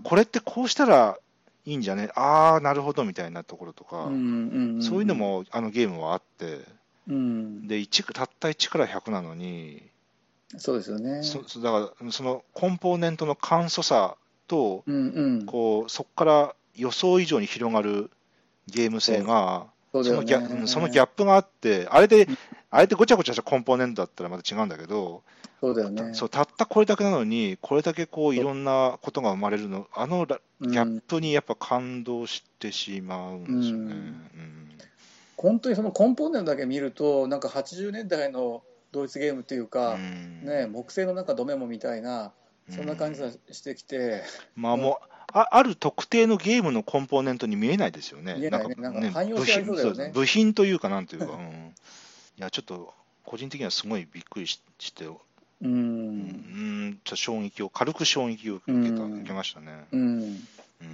あこれってこうしたらいいんじゃね、ああ、なるほどみたいなところとうん、 か、 うん、 そういうのうん、 もあのゲームはあって、 うん、 でいちたったいちからひゃくなのに、 そうですよね。 そそだからそのコンポーネントの簡素さと、 うんうん。 こうそこから予想以上に広がるゲームそう、 性が、 そうだよそのギャ、うんそのギね。 ャップがあって、あれで、 うん、 あれでごちゃごちゃしたコンポーネントだったらまた違うんだけど、 そうだよたそね。 うたったこれだけなのに、これだけこういそう、 ろんなことが生まれるの、あのラうギャッん、 プにやっぱ感動してしまううんですよね。 ん。 うん本当にそのコンポーネントだけ見ると、なんかはちじゅうねんだいのドイツゲームっていううか、ね、 ん木製のなんかドメモみたいな、そんな感じうんがしてきて、 まあうん、 もうあ、ある特定のゲームのコンポーネントに見えないですよね。なんか見えないね。なんかね、部汎用性ありそう品、そうですだよね。 部品というかなんというか、うん、いや、ちょっと個人的にはすごいびっくりしして、 ううん、 ん、ちょっと衝撃を、軽く衝撃をう受けた、受けん、 ましたね。 うん。 うん。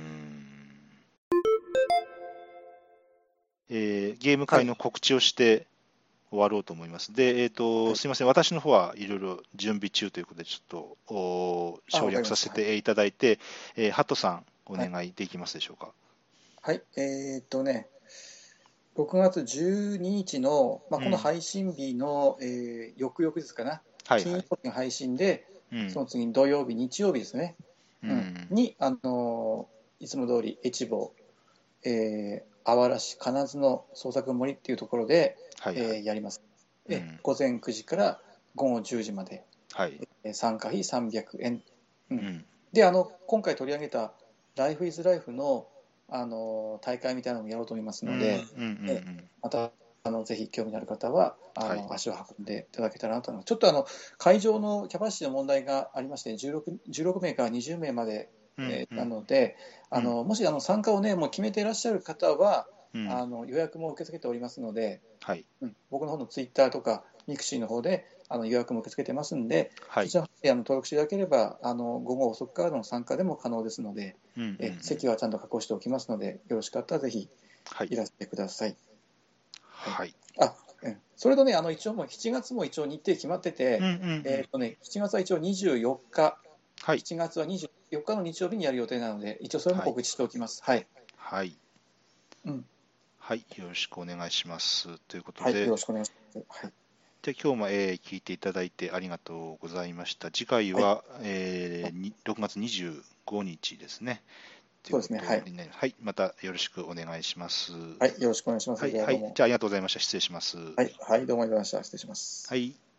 えーゲームはい。 会の告知をして終わろうと思います。で、えっと、 はい。 すみません、私の方はいろいろ準備中ということで、ちょっとおあ、 省わかりました。はい。 略させていただいて、えーハトさん、おはい。 願いできますでしょうか。 はい。えーっとね、ろくがつじゅうににちの、まあ、 うん。 この配信日の、えー翌々日かな、金曜はいはい。 日の配信で、 うん。 その次に土曜日、日曜日ですね、うん、 うん。 に、あのーいつも通り、越後、えー、あわら市金津の創作森っていうところで、 はいはい。 えーやります。えうん。 午前くじから午後じゅうじまで、 はい。 えー参加費さんびゃくえん。うん、 うん。 で、あの、今回取り上げた Life is Life の、あの大会みたいなのもやろうと思いますうん。うので、 ん。うん。うえん。 またあのぜひ興味のある方はあはい。 の足を運んでいただけたらなと思います。ちょっとあの会場のキャパシティの問題がありまして、じゅうろく、じゅうろく名からにじゅう名まで、 うん。 えーなうん。 ので、あうん。 のもしあの参加を、ね、もう決めていらっしゃる方は、 うん。 あの予約も受け付けておりますので、 はい。 うん、僕の方のツイッターとかミクシーの方であの予約も受け付けてますんで、 はい。 そちらであの登録していただければ、あの午後遅くからの参加でも可能ですので、 うん。うん。うえん。 席はちゃんと確保しておきますので、よろしかったらぜひはい。 いらしてください。はい。 はい。 あ、うん、それとね、あの一応もうしちがつも一応日程決まってて、 うん。うん。うん。 えっとね、しちがつは一応にじゅうよっか、 はい。 しちがつはにじゅうよっかの日曜日にやる予定なので、一応それもはい。 告知しておきます。はい。 はい。 うん。 はい、よろしくお願いします。ということはい、 で、 よろしくお願いします。はい。 で今日も、えー聞いていただいてありがとうございました。次回はい。 は、えーにろくがつにじゅうごにちですね。というこそうですね。はい。 とになります。はい、またよろしくお願いします。 はい、よろしくお願いします。 はい、はい、 ではどうも。 じゃあありがとうございました。失礼します。 はい、はい、どうもありがとうございました。失礼します。 はい。